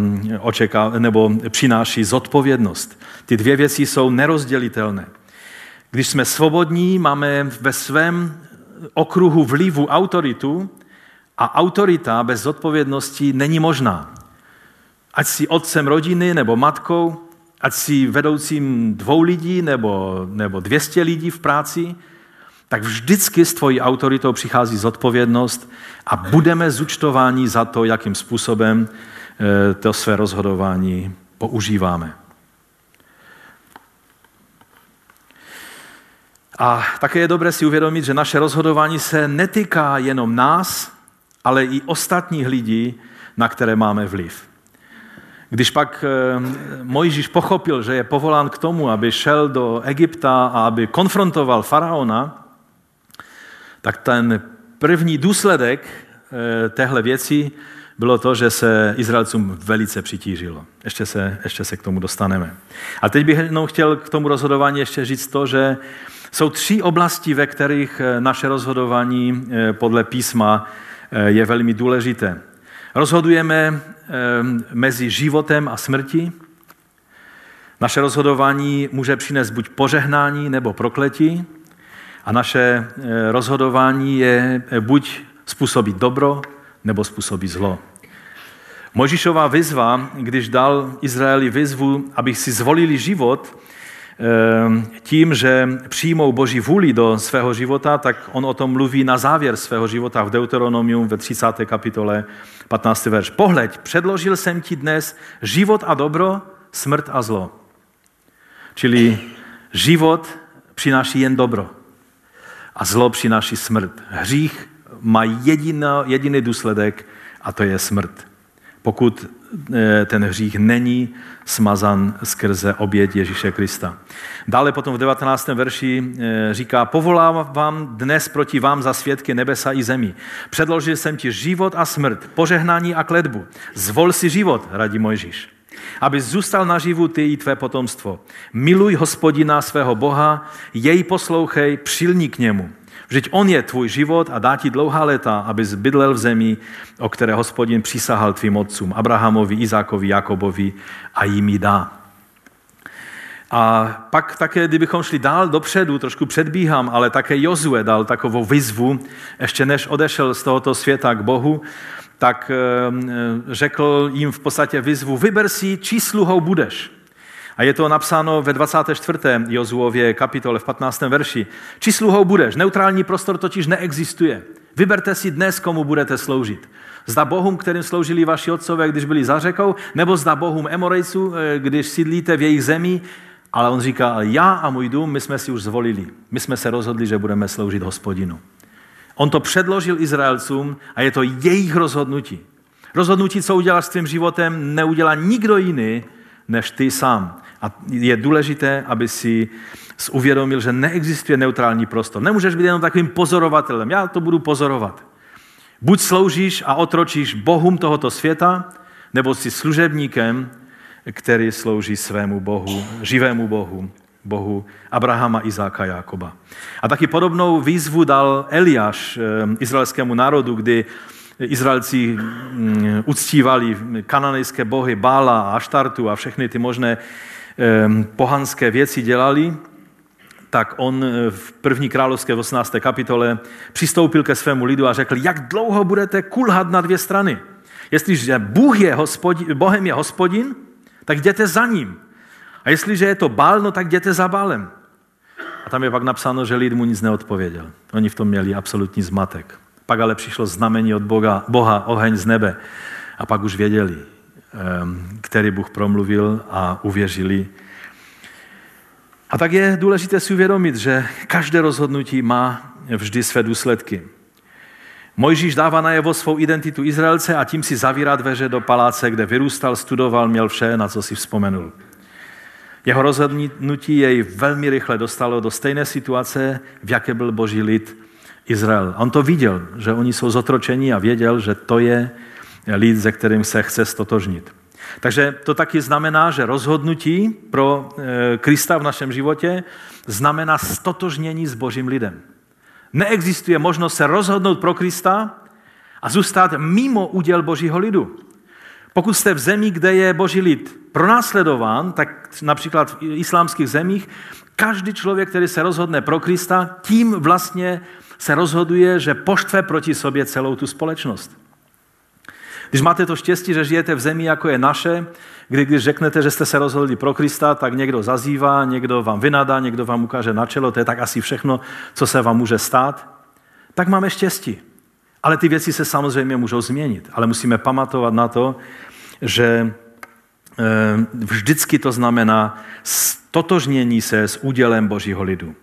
přináší zodpovědnost. Ty dvě věci jsou nerozdělitelné. Když jsme svobodní, máme ve svém okruhu vlivu autoritu a autorita bez zodpovědnosti není možná. Ať jsi otcem rodiny nebo matkou, ať jsi vedoucím 2 lidí nebo 200 lidí v práci, tak vždycky s tvojí autoritou přichází zodpovědnost a budeme zúčtováni za to, jakým způsobem to své rozhodování používáme. A také je dobré si uvědomit, že naše rozhodování se netýká jenom nás, ale i ostatních lidí, na které máme vliv. Když pak Mojžíš pochopil, že je povolán k tomu, aby šel do Egypta a aby konfrontoval faraona, tak ten první důsledek téhle věci bylo to, že se Izraelcům velice přitížilo. Ještě se k tomu dostaneme. A teď bych jenom chtěl k tomu rozhodování ještě říct to, že jsou 3 oblasti, ve kterých naše rozhodování podle písma je velmi důležité. Rozhodujeme mezi životem a smrtí. Naše rozhodování může přinést buď požehnání nebo prokletí. A naše rozhodování je buď způsobit dobro, nebo způsobit zlo. Mojžíšova výzva, když dal Izraeli výzvu, aby si zvolili život tím, že přijmou Boží vůli do svého života, tak on o tom mluví na závěr svého života v Deuteronomium ve 30. kapitole 15. verš. Pohleď, předložil jsem ti dnes život a dobro, smrt a zlo. Čili život přináší jen dobro. A zlo přináší smrt. Hřích má jediný důsledek a to je smrt. Pokud ten hřích není smazan skrze oběť Ježíše Krista. Dále potom v 19. verši říká, povolávám dnes proti vám za svědky nebesa i zemi. Předložil jsem ti život a smrt, požehnání a kletbu. Zvol si život, radí Mojžíš, aby zůstal naživu ty i tvé potomstvo. Miluj Hospodina svého Boha, jej poslouchej, přilni k němu. Vždyť on je tvůj život a dá ti dlouhá léta, abys bydlel v zemi, o které Hospodin přísahal tvým otcům, Abrahamovi, Izákovi, Jakobovi a jim ji dá. A pak také, kdybychom šli dál dopředu, trošku předbíhám, ale také Jozue dal takovou výzvu, ještě než odešel z tohoto světa k Bohu, tak řekl jim v podstatě výzvu, vyber si, čí sluhou budeš. A je to napsáno ve 24. Jozuově kapitole v 15. verši. Čí sluhou budeš? Neutrální prostor totiž neexistuje. Vyberte si dnes, komu budete sloužit. Zda bohům, kterým sloužili vaši otcové, když byli za řekou, nebo zda bohům Emorejců, když sídlíte v jejich zemi. Ale on říká, ale já a můj dům, my jsme si už zvolili. My jsme se rozhodli, že budeme sloužit Hospodinu. On to předložil Izraelcům a je to jejich rozhodnutí. Rozhodnutí, co uděláš s tvým životem, neudělá nikdo jiný, než ty sám. A je důležité, aby si uvědomil, že neexistuje neutrální prostor. Nemůžeš být jenom takovým pozorovatelem. Já to budu pozorovat. Buď sloužíš a otročíš bohům tohoto světa, nebo jsi služebníkem, který slouží svému Bohu, živému Bohu, Bohu Abrahama, Izáka, Jákoba. A taky podobnou výzvu dal Eliáš izraelskému národu, kdy Izraelci uctívali kananejské bohy Bála a Aštartu a všechny ty možné pohanské věci dělali, tak on v 1. královské 18. kapitole přistoupil ke svému lidu a řekl, jak dlouho budete kulhat na dvě strany. Jestliže Bohem je Hospodin, tak jděte za ním. A jestliže je to Bál, no tak jděte za Bálem. A tam je pak napsáno, že lid mu nic neodpověděl. Oni v tom měli absolutní zmatek. Pak ale přišlo znamení od Boha, oheň z nebe. A pak už věděli, který Bůh promluvil a uvěřili. A tak je důležité si uvědomit, že každé rozhodnutí má vždy své důsledky. Mojžíš dává najevo svou identitu Izraelce a tím si zavírá dveře do paláce, kde vyrůstal, studoval, měl vše, na co si vzpomenul. Jeho rozhodnutí jej velmi rychle dostalo do stejné situace, v jaké byl boží lid Izrael. A on to viděl, že oni jsou zotročení a věděl, že to je lid, se kterým se chce stotožnit. Takže to taky znamená, že rozhodnutí pro Krista v našem životě znamená stotožnění s božím lidem. Neexistuje možnost se rozhodnout pro Krista a zůstat mimo úděl božího lidu. Pokud jste v zemi, kde je boží lid pronásledován, tak například v islámských zemích, každý člověk, který se rozhodne pro Krista, tím vlastně se rozhoduje, že poštve proti sobě celou tu společnost. Když máte to štěstí, že žijete v zemi, jako je naše, když řeknete, že jste se rozhodli pro Krista, tak někdo zazývá, někdo vám vynadá, někdo vám ukáže na čelo, to je tak asi všechno, co se vám může stát, tak máme štěstí. Ale ty věci se samozřejmě můžou změnit. Ale musíme pamatovat na to, že vždycky to znamená stotožnění se s údělem božího lidu.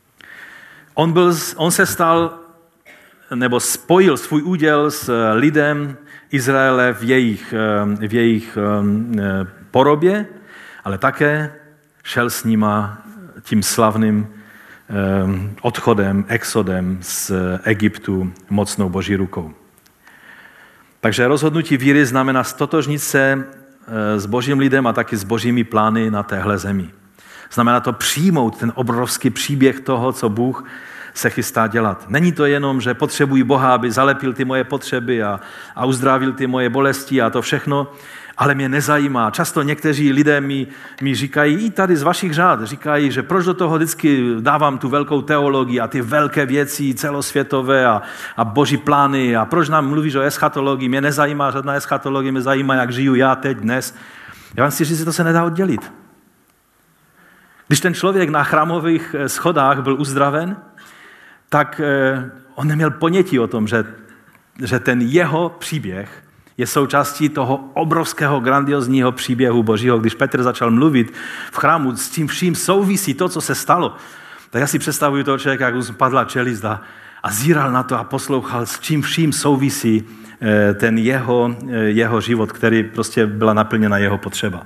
On se stal, nebo spojil svůj úděl s lidem Izraele v jejich porobě, ale také šel s nima tím slavným odchodem, exodem z Egyptu mocnou boží rukou. Takže rozhodnutí víry znamená stotožnit se s božím lidem a taky s božími plány na téhle zemi. Znamená to přijmout ten obrovský příběh toho, co Bůh se chystá dělat. Není to jenom, že potřebuji Boha, aby zalepil ty moje potřeby a uzdravil ty moje bolesti a to všechno, ale mě nezajímá. Často někteří lidé mi říkají, i tady z vašich řád, říkají, že proč do toho vždycky dávám tu velkou teologii a ty velké věci celosvětové a boží plány a proč nám mluvíš o eschatologii, mě nezajímá žádná eschatologie, mě zajímá, jak žiju já teď, dnes. Já vám chci říct, že to se nedá oddělit. Když ten člověk na chrámových schodách byl uzdraven, tak on neměl ponětí o tom, že ten jeho příběh je součástí toho obrovského, grandiozního příběhu Božího. Když Petr začal mluvit v chrámu, s tím vším souvisí to, co se stalo, tak já si představuju toho člověka, jak mu padla čelist a zíral na to a poslouchal, s čím vším souvisí ten jeho život, který prostě byla naplněna jeho potřeba.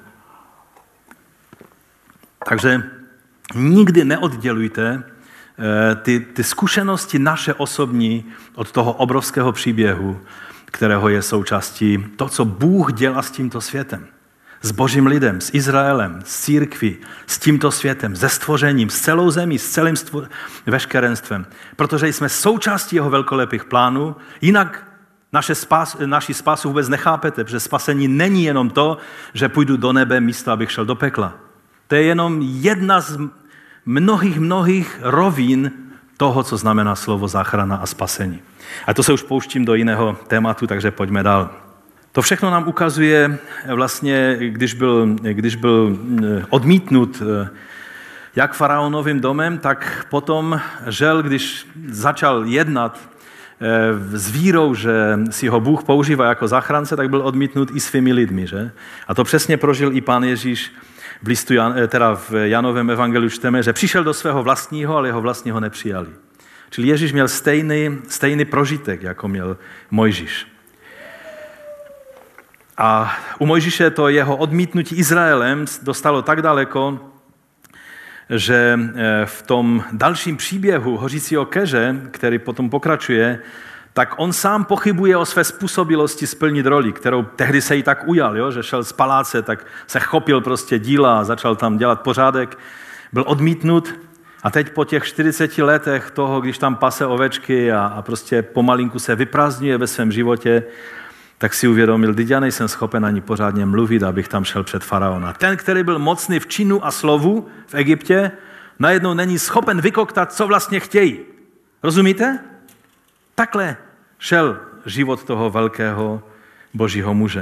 Takže nikdy neoddělujte ty zkušenosti naše osobní od toho obrovského příběhu, kterého je součástí to, co Bůh dělá s tímto světem. S božím lidem, s Izraelem, s církví, s tímto světem, se stvořením, s celou zemí, s celým veškerenstvem. Protože jsme součástí jeho velkolepých plánů, jinak naši spásu vůbec nechápete, protože spasení není jenom to, že půjdu do nebe místo, abych šel do pekla. To je jenom jedna z mnohých rovín toho, co znamená slovo záchrana a spasení. A to se už pouštím do jiného tématu, takže pojďme dál. To všechno nám ukazuje vlastně, když byl odmítnut jak faraonovým domem, tak potom žel, když začal jednat s vírou, že si ho Bůh používá jako záchránce, tak byl odmítnut i svými lidmi. Že? A to přesně prožil i Pán Ježíš v Janovém evangeliu čteme, že přišel do svého vlastního, ale jeho vlastního nepřijali. Čili Ježíš měl stejný prožitek, jako měl Mojžíš. A u Mojžíše to jeho odmítnutí Izraelem dostalo tak daleko, že v tom dalším příběhu hořícího keře, který potom pokračuje, tak on sám pochybuje o své způsobilosti splnit roli, kterou tehdy se jí tak ujal, jo? Že šel z paláce, tak se chopil prostě díla a začal tam dělat pořádek. Byl odmítnut a teď po těch 40 letech toho, když tam pase ovečky a prostě pomalinku se vyprázdňuje ve svém životě, tak si uvědomil, že já nejsem schopen ani pořádně mluvit, abych tam šel před faraona. Ten, který byl mocný v činu a slovu v Egyptě, najednou není schopen vykoktat, co vlastně chtějí. Rozumíte? Takhle šel život toho velkého božího muže.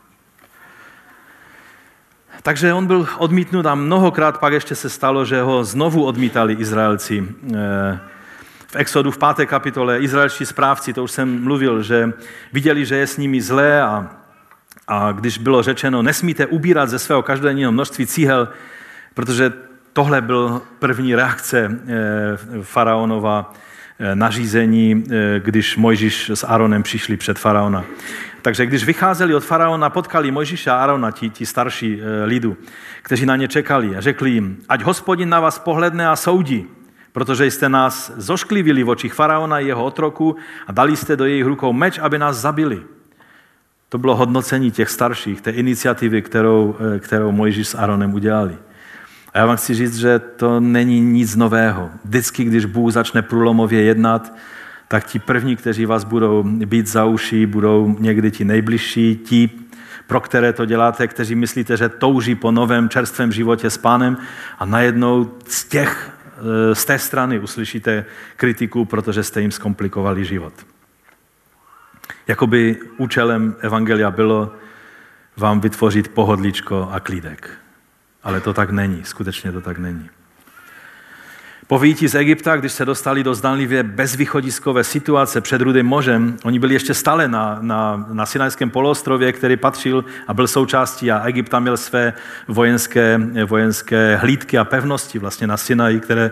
Takže on byl odmítnut a mnohokrát pak ještě se stalo, že ho znovu odmítali Izraelci. V Exodu v 5. kapitole izraelští správci, to už jsem mluvil, že viděli, že je s nimi zlé a když bylo řečeno, nesmíte ubírat ze svého každodenního množství cíhel, protože tohle byl první reakce faraonova nařízení, když Mojžíš s Áronem přišli před faraona. Takže když vycházeli od faraona, potkali Mojžíše a Árona, ti starší lidu, kteří na ně čekali a řekli jim, ať Hospodin na vás pohledne a soudí, protože jste nás zošklivili v očích faraona i jeho otroku a dali jste do jejich rukou meč, aby nás zabili. To bylo hodnocení těch starších, té iniciativy, kterou Mojžíš s Áronem udělali. A já vám chci říct, že to není nic nového. Vždycky, když Bůh začne průlomově jednat, tak ti první, kteří vás budou bít za uši, budou někdy ti nejbližší, ti, pro které to děláte, kteří myslíte, že touží po novém čerstvém životě s Pánem a najednou z té strany uslyšíte kritiku, protože jste jim zkomplikovali život. Jakoby účelem evangelia bylo vám vytvořit pohodlíčko a klídek. Ale to tak není, skutečně to tak není. Po vyjití z Egypta, když se dostali do zdánlivě bezvýchodiskové situace před Rudým mořem, oni byli ještě stále na Sinajském poloostrově, který patřil a byl součástí a Egypt tam měl své vojenské hlídky a pevnosti vlastně na Sinaji, které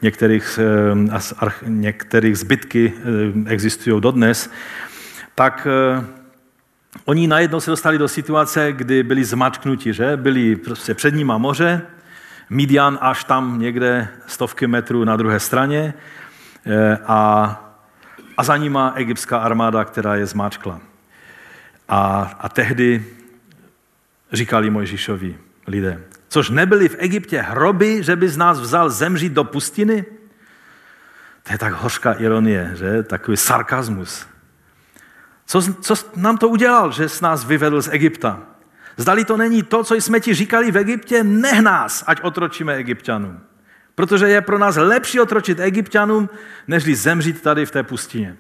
některých zbytky existují dodnes, tak oni najednou se dostali do situace, kdy byli zmačknuti, že? Byli prostě před nima moře, Midian až tam někde 100 metrů na druhé straně a za nima egyptská armáda, která je zmáčkla. A tehdy říkali Mojžíšovi lidé, což nebyli v Egyptě hroby, že by z nás vzal zemřít do pustiny? To je tak hořká ironie, že? Takový sarkazmus. Co nám to udělal, že s nás vyvedl z Egypta? Zdali to není to, co jsme ti říkali v Egyptě, nech nás, ať otročíme Egypťanům. Protože je pro nás lepší otročit Egypťanům, nežli zemřít tady v té pustině.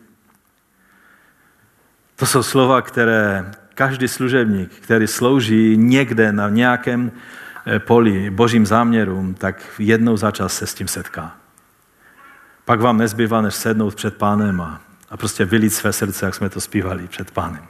To jsou slova, které každý služebník, který slouží někde na nějakém poli božím záměrům, tak jednou za čas se s tím setká. Pak vám nezbývá, než sednout před Pánem a prostě vylít své srdce, jak jsme to zpívali před Pánem.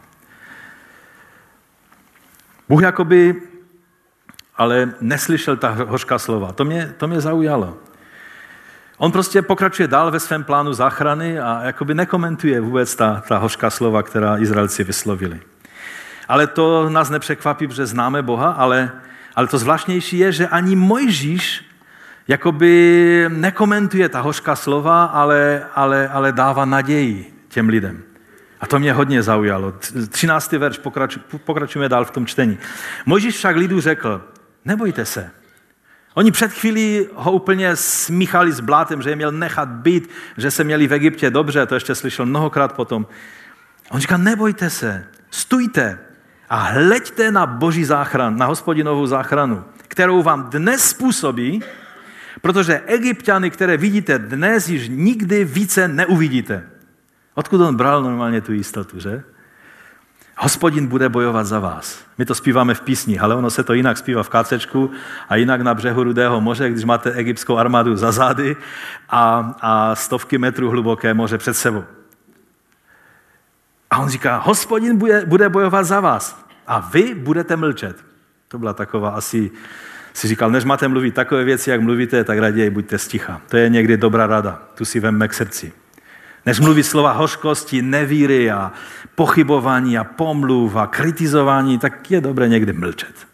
Bůh jakoby ale neslyšel ta hořká slova. To mě zaujalo. On prostě pokračuje dál ve svém plánu záchrany a jakoby nekomentuje vůbec ta hořká slova, která Izraelci vyslovili. Ale to nás nepřekvapí, protože známe Boha, ale to zvláštnější je, že ani Mojžíš jakoby nekomentuje ta hořká slova, ale dává naději těm lidem. A to mě hodně zaujalo. 13. verš, pokračujeme dál v tom čtení. Mojžíš však lidu řekl, nebojte se. Oni před chvílí ho úplně smíchali s blátem, že je měl nechat být, že se měli v Egyptě dobře, to ještě slyšel mnohokrát potom. On říká, nebojte se, stůjte a hleďte na boží záchranu, na Hospodinovou záchranu, kterou vám dnes způsobí, protože Egypťany, které vidíte dnes, již nikdy více neuvidíte. Odkud on bral normálně tu jistotu, že? Hospodin bude bojovat za vás. My to zpíváme v písni, ale ono se to jinak zpívá v kácečku a jinak na břehu Rudého moře, když máte egyptskou armádu za zády a 100 metrů hluboké moře před sebou. A on říká, Hospodin bude bojovat za vás a vy budete mlčet. To byla taková asi, si říkal, než máte mluvit takové věci, jak mluvíte, tak raději buďte sticha. To je někdy dobrá rada, tu si vemme k srdci. Než mluví slova hořkosti, nevíry a pochybování a pomluv a kritizování, tak je dobré někdy mlčet.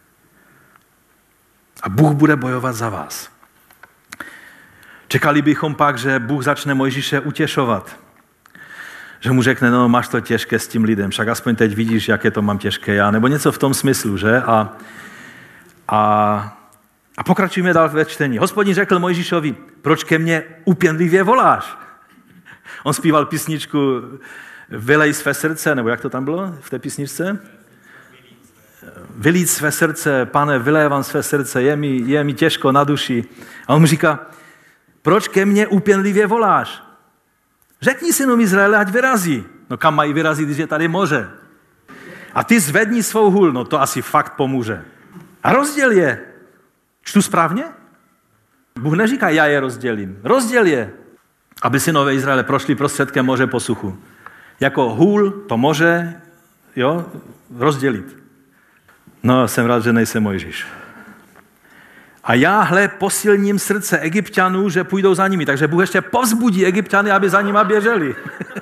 A Bůh bude bojovat za vás. Čekali bychom pak, že Bůh začne Mojžíše utěšovat. Že mu řekne, no máš to těžké s tím lidem, však aspoň teď vidíš, jaké to mám těžké já, nebo něco v tom smyslu, že? A pokračujeme dál ve čtení. Hospodin řekl Mojžíšovi, proč ke mně úpěnlivě voláš? On zpíval písničku Vylej své srdce, nebo jak to tam bylo v té písničce? Vylít své srdce, Pane, vylévám své srdce, je mi těžko na duši. A on mu říká, proč ke mně úpěnlivě voláš? Řekni synům Izraele, ať vyrazí. No kam mají vyrazit, když je tady moře? A ty zvedni svou hůl, no to asi fakt pomůže. A rozděl je. Čtu správně? Bůh neříká, já je rozdělím. Rozděl je, aby synové Izraele prošli prostředkem moře po suchu. Jako hůl to moře, jo, rozdělit. No, jsem rád, že nejsem Mojžíš. A já, posilním srdce Egypťanů, že půjdou za nimi. Takže Bůh ještě povzbudí Egypťany, aby za nima běželi.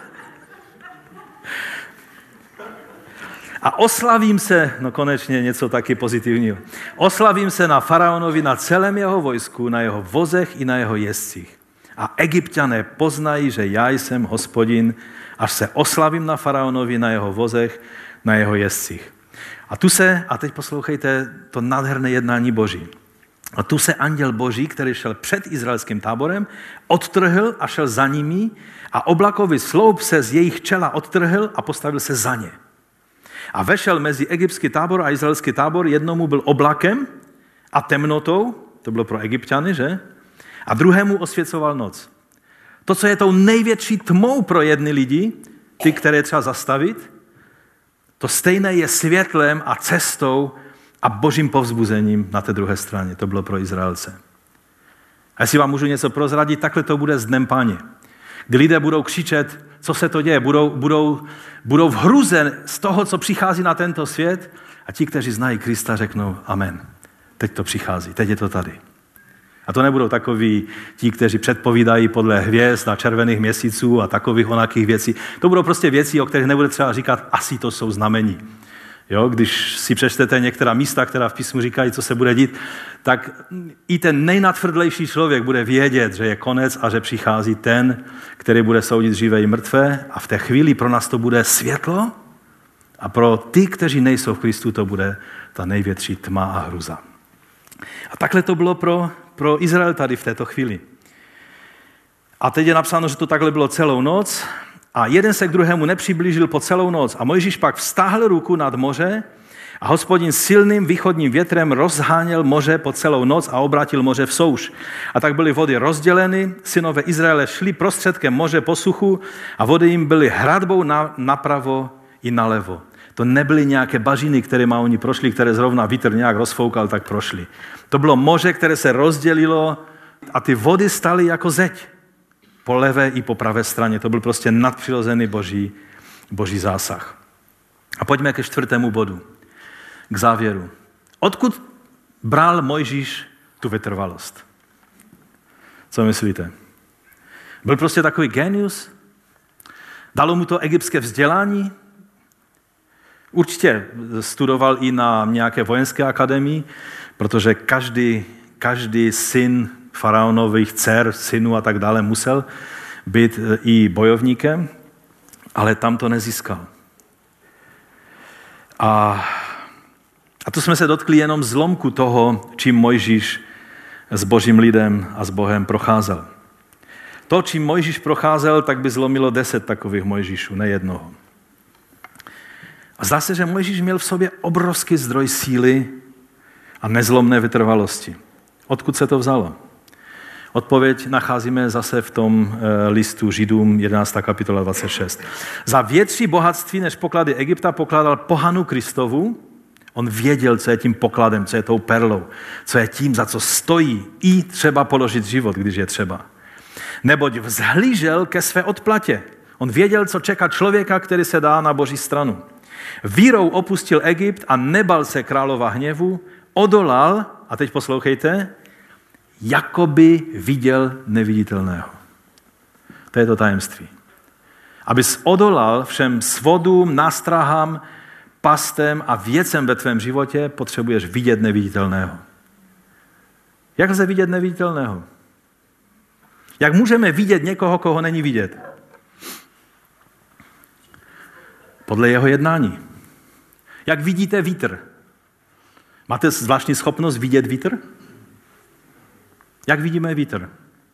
A oslavím se, no konečně něco taky pozitivního, oslavím se na faraonovi, na celém jeho vojsku, na jeho vozech i na jeho jezdcích. A Egypťané poznají, že já jsem Hospodin, až se oslavím na faraonovi, na jeho vozech, na jeho jezdcích. A teď poslouchejte to nádherné jednání Boží. A tu se anděl Boží, který šel před izraelským táborem, odtrhl a šel za nimi a oblakový sloup se z jejich čela odtrhl a postavil se za ně. A vešel mezi egyptský tábor a izraelský tábor, jednomu byl oblakem a temnotou, to bylo pro Egypťany, že? A druhému osvěcoval noc. To, co je tou největší tmou pro jedny lidi, ty, které třeba zastavit, to stejné je světlem a cestou a božím povzbuzením na té druhé straně. To bylo pro Izraelce. A jestli vám můžu něco prozradit, takhle to bude s Dnem Páně. Kdy lidé budou křičet, co se to děje, budou v hruze z toho, co přichází na tento svět a ti, kteří znají Krista, řeknou amen. Teď to přichází, teď je to tady. A to nebudou takoví ti, kteří předpovídají podle hvězd a červených měsíců a takových onakých věcí. To budou prostě věci, o kterých nebude třeba říkat, asi to jsou znamení. Jo, když si přečtete některá místa, která v písmu říkají, co se bude dít, tak i ten nejnatvrdlejší člověk bude vědět, že je konec a že přichází ten, který bude soudit živé i mrtvé a v té chvíli pro nás to bude světlo a pro ty, kteří nejsou v Kristu, to bude ta největší tma a hruza. A takhle to bylo pro Izrael tady v této chvíli. A teď je napsáno, že to takhle bylo celou noc a jeden se k druhému nepřiblížil po celou noc. A Mojžíš pak vztáhl ruku nad moře a Hospodin silným východním větrem rozháněl moře po celou noc a obrátil moře v souš. A tak byly vody rozděleny, synové Izraele šli prostředkem moře po suchu a vody jim byly hradbou napravo i nalevo. To nebyly nějaké bažiny, kterými oni prošli, které zrovna vítr nějak rozfoukal, tak prošli. To bylo moře, které se rozdělilo a ty vody staly jako zeď. Po levé i po pravé straně. To byl prostě nadpřirozený boží zásah. A pojďme ke 4. bodu. K závěru. Odkud bral Mojžíš tu vytrvalost? Co myslíte? Byl prostě takový genius? Dalo mu to egyptské vzdělání? Určitě studoval i na nějaké vojenské akademii, protože každý syn faraonových dcer, synů a tak dále musel být i bojovníkem, ale tam to nezískal. A tu jsme se dotkli jenom zlomku toho, čím Mojžíš s božím lidem a s Bohem procházel. To, čím Mojžíš procházel, tak by zlomilo 10 takových Mojžíšů, ne jednoho. A zdá se, že Mojžíš měl v sobě obrovský zdroj síly a nezlomné vytrvalosti. Odkud se to vzalo? Odpověď nacházíme zase v tom listu Židům 11. kapitola 26. Za větší bohatství než poklady Egypta pokládal pohanu Kristovu. On věděl, co je tím pokladem, co je tou perlou, co je tím, za co stojí i třeba položit život, když je třeba. Neboť vzhlížel ke své odplatě. On věděl, co čeká člověka, který se dá na boží stranu. Vírou opustil Egypt a nebal se králova hněvu, odolal, a teď poslouchejte, jakoby viděl neviditelného. To je to tajemství. Abys odolal všem svodům, nástrahám, pastem a věcem ve tvém životě, potřebuješ vidět neviditelného. Jak lze vidět neviditelného? Jak můžeme vidět někoho, koho není vidět? Podle jeho jednání. Jak vidíte vítr? Máte zvláštní schopnost vidět vítr? Jak vidíme vítr?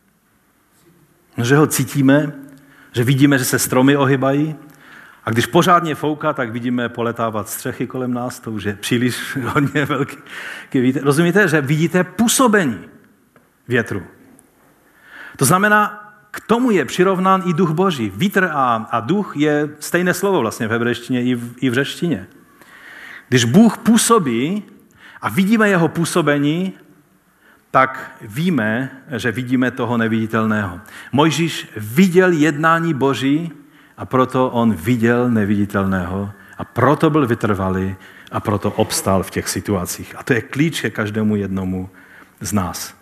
Že ho cítíme, že vidíme, že se stromy ohybají, a když pořádně fouká, tak vidíme poletávat střechy kolem nás, to už je příliš hodně velký vítr. Rozumíte, že vidíte působení větru. To znamená, k tomu je přirovnán i duch Boží. Vítr a duch je stejné slovo vlastně v hebrejštině i v řečtině. Když Bůh působí a vidíme jeho působení, tak víme, že vidíme toho neviditelného. Mojžíš viděl jednání Boží a proto on viděl neviditelného a proto byl vytrvalý a proto obstál v těch situacích. A to je klíč ke každému jednomu z nás.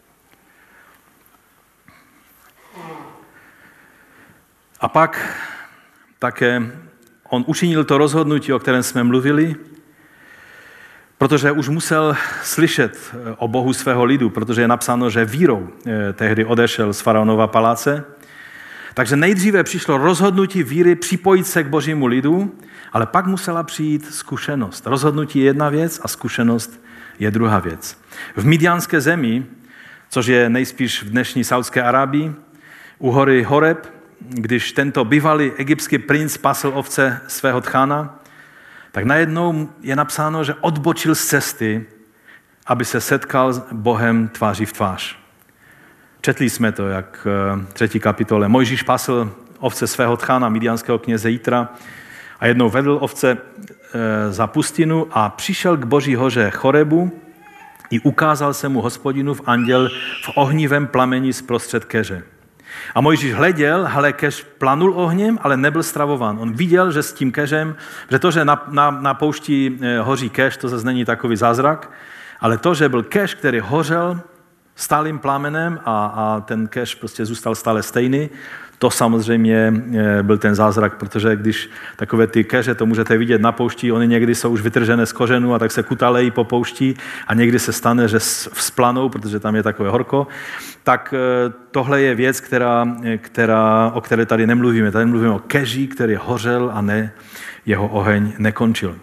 A pak také on učinil to rozhodnutí, o kterém jsme mluvili, protože už musel slyšet o Bohu svého lidu, protože je napsáno, že vírou tehdy odešel z faraonova paláce. Takže nejdříve přišlo rozhodnutí víry připojit se k Božímu lidu, ale pak musela přijít zkušenost. Rozhodnutí je jedna věc a zkušenost je druhá věc. V Midianské zemi, což je nejspíš v dnešní Saudské Arábii, u hory Horeb, když tento bývalý egyptský princ pasl ovce svého tchána, tak najednou je napsáno, že odbočil z cesty, aby se setkal s Bohem tváří v tvář. Četli jsme to, jak v 3. kapitole. Mojžíš pasl ovce svého tchána, midianského kněze Jitra, a jednou vedl ovce za pustinu a přišel k Boží hoře Chorebu i ukázal se mu Hospodinův anděl v ohnivém plameni zprostřed keře. A Mojžíš hleděl, keř planul ohněm, ale nebyl stravován. On viděl, že s tím keřem, že to, že na poušti hoří keř, to zase není takový zázrak, ale to, že byl keř, který hořel stálým plamenem a ten keř prostě zůstal stále stejný, to samozřejmě byl ten zázrak, protože když takové ty keře, to můžete vidět na poušti, oni někdy jsou už vytržené z kořenů a tak se kutalejí po poušti a někdy se stane, že vzplanou, protože tam je takové horko, tak tohle je věc, o které tady nemluvíme. Tady mluvíme o keři, který hořel a jeho oheň nekončil.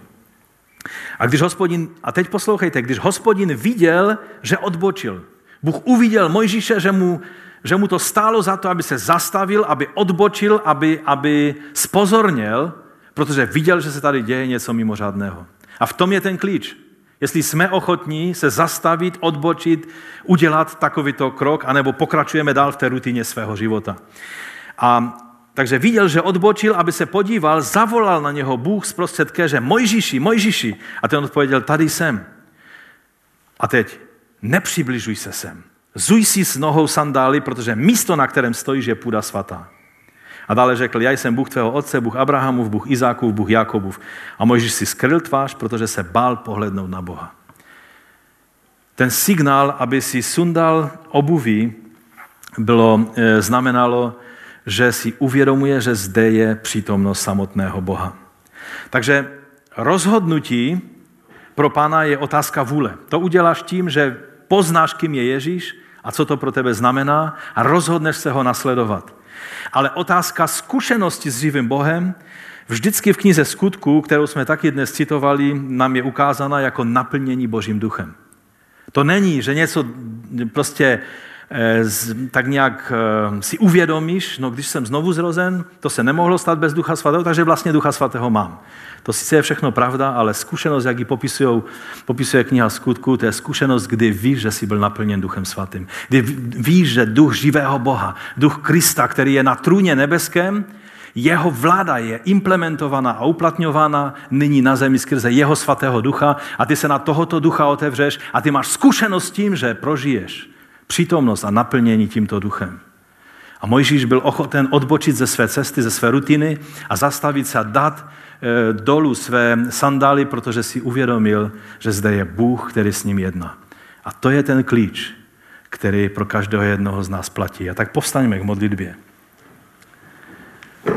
A teď poslouchejte, když Hospodin viděl, že odbočil, Bůh uviděl Mojžíše, že mu to stálo za to, aby se zastavil, aby odbočil, aby spozorněl, protože viděl, že se tady děje něco mimořádného. A v tom je ten klíč. Jestli jsme ochotní se zastavit, odbočit, udělat takovýto krok, anebo pokračujeme dál v té rutině svého života. Takže viděl, že odbočil, aby se podíval, zavolal na něho Bůh zprostřed keře, Mojžíši, Mojžíši. A ten odpověděl, tady jsem. A teď, nepřibližuj se sem. Zuj si s nohou sandály, protože místo, na kterém stojíš, je půda svatá. A dále řekl, já jsem Bůh tvého otce, Bůh Abrahamův, Bůh Izákův, Bůh Jakobův. A Mojžíš si skryl tvář, protože se bál pohlednout na Boha. Ten signál, aby si sundal obuví, znamenalo, že si uvědomuje, že zde je přítomnost samotného Boha. Takže rozhodnutí pro Pána je otázka vůle. To uděláš tím, že poznáš, kým je Ježíš a co to pro tebe znamená a rozhodneš se ho nasledovat. Ale otázka zkušenosti s živým Bohem vždycky v knize Skutků, kterou jsme taky dnes citovali, nám je ukázána jako naplnění Božím duchem. To není, že něco prostě tak nějak si uvědomíš, no když jsem znovu zrozen, to se nemohlo stát bez Ducha Svatého, takže vlastně Ducha Svatého mám. To sice je všechno pravda, ale zkušenost, jak ji popisuje kniha Skutků, to je zkušenost, kdy víš, že jsi byl naplněn Duchem Svatým. Kdy víš, že duch živého Boha, duch Krista, který je na trůně nebeském, jeho vláda je implementovaná a uplatňována nyní na zemi skrze jeho svatého ducha a ty se na tohoto ducha otevřeš a ty máš zkušenost s tím, že prožiješ přítomnost a naplnění tímto duchem. A Mojžíš byl ochoten odbočit ze své cesty, ze své rutiny a zastavit se a dát dolů své sandály, protože si uvědomil, že zde je Bůh, který s ním jedná. A to je ten klíč, který pro každého jednoho z nás platí. A tak povstaňme k modlitbě.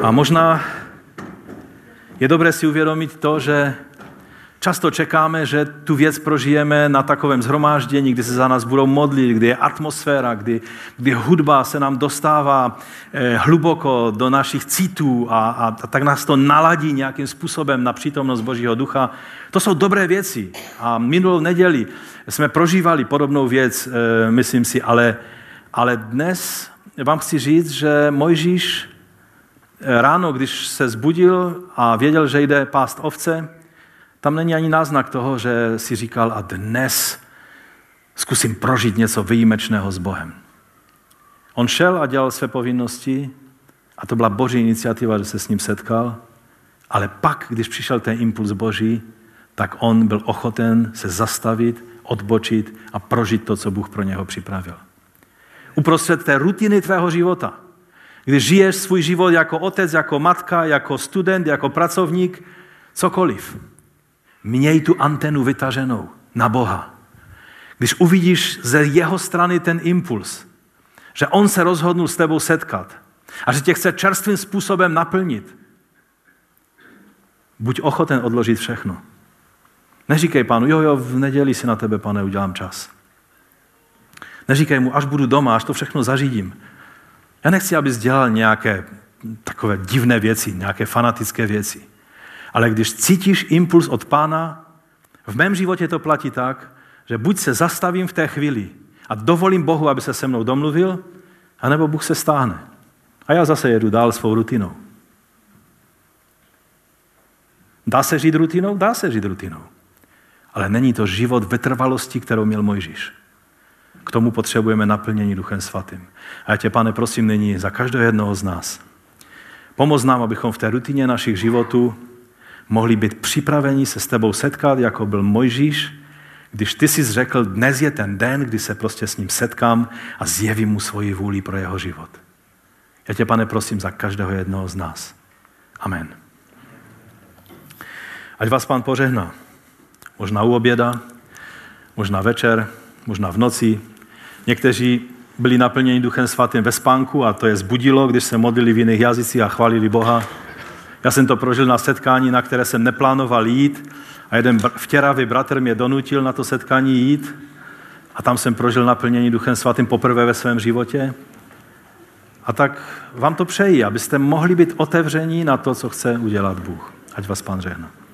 A možná je dobré si uvědomit to, že často čekáme, že tu věc prožijeme na takovém shromáždění, kdy se za nás budou modlit, kdy je atmosféra, kdy hudba se nám dostává hluboko do našich citů a tak nás to naladí nějakým způsobem na přítomnost Božího ducha. To jsou dobré věci. A minulou neděli jsme prožívali podobnou věc, myslím si, ale dnes vám chci říct, že Mojžíš ráno, když se zbudil a věděl, že jde pást ovce, tam není ani náznak toho, že si říkal a dnes zkusím prožít něco výjimečného s Bohem. On šel a dělal své povinnosti a to byla Boží iniciativa, že se s ním setkal, ale pak, když přišel ten impuls Boží, tak on byl ochoten se zastavit, odbočit a prožít to, co Bůh pro něho připravil. Uprostřed té rutiny tvého života, když žiješ svůj život jako otec, jako matka, jako student, jako pracovník, cokoliv, měj tu antenu vytaženou na Boha. Když uvidíš ze jeho strany ten impuls, že on se rozhodnul s tebou setkat a že tě chce čerstvým způsobem naplnit, buď ochoten odložit všechno. Neříkej pánu, jo, v neděli si na tebe, pane, udělám čas. Neříkej mu, až budu doma, až to všechno zařídím. Já nechci, abys dělal nějaké takové divné věci, nějaké fanatické věci. Ale když cítíš impuls od Pána, v mém životě to platí tak, že buď se zastavím v té chvíli a dovolím Bohu, aby se se mnou domluvil, anebo Bůh se stáhne. A já zase jedu dál svou rutinou. Dá se žít rutinou? Dá se žít rutinou. Ale není to život vytrvalosti, kterou měl Mojžíš. K tomu potřebujeme naplnění Duchem Svatým. A já tě, Pane, prosím nyní za každého jednoho z nás. Pomoz nám, abychom v té rutině našich životů mohli být připraveni se s tebou setkat, jako byl Mojžíš, když ty jsi řekl, dnes je ten den, kdy se prostě s ním setkám a zjevím mu svoji vůli pro jeho život. Já tě, Pane, prosím za každého jednoho z nás. Amen. Ať vás Pán požehná. Možná u oběda, možná večer, možná v noci. Někteří byli naplněni Duchem Svatým ve spánku a to je zbudilo, když se modlili v jiných jazycích a chválili Boha. Já jsem to prožil na setkání, na které jsem neplánoval jít a jeden vtěravý bratr mě donutil na to setkání jít a tam jsem prožil naplnění Duchem Svatým poprvé ve svém životě. A tak vám to přeji, abyste mohli být otevření na to, co chce udělat Bůh. Ať vás Pán žehná.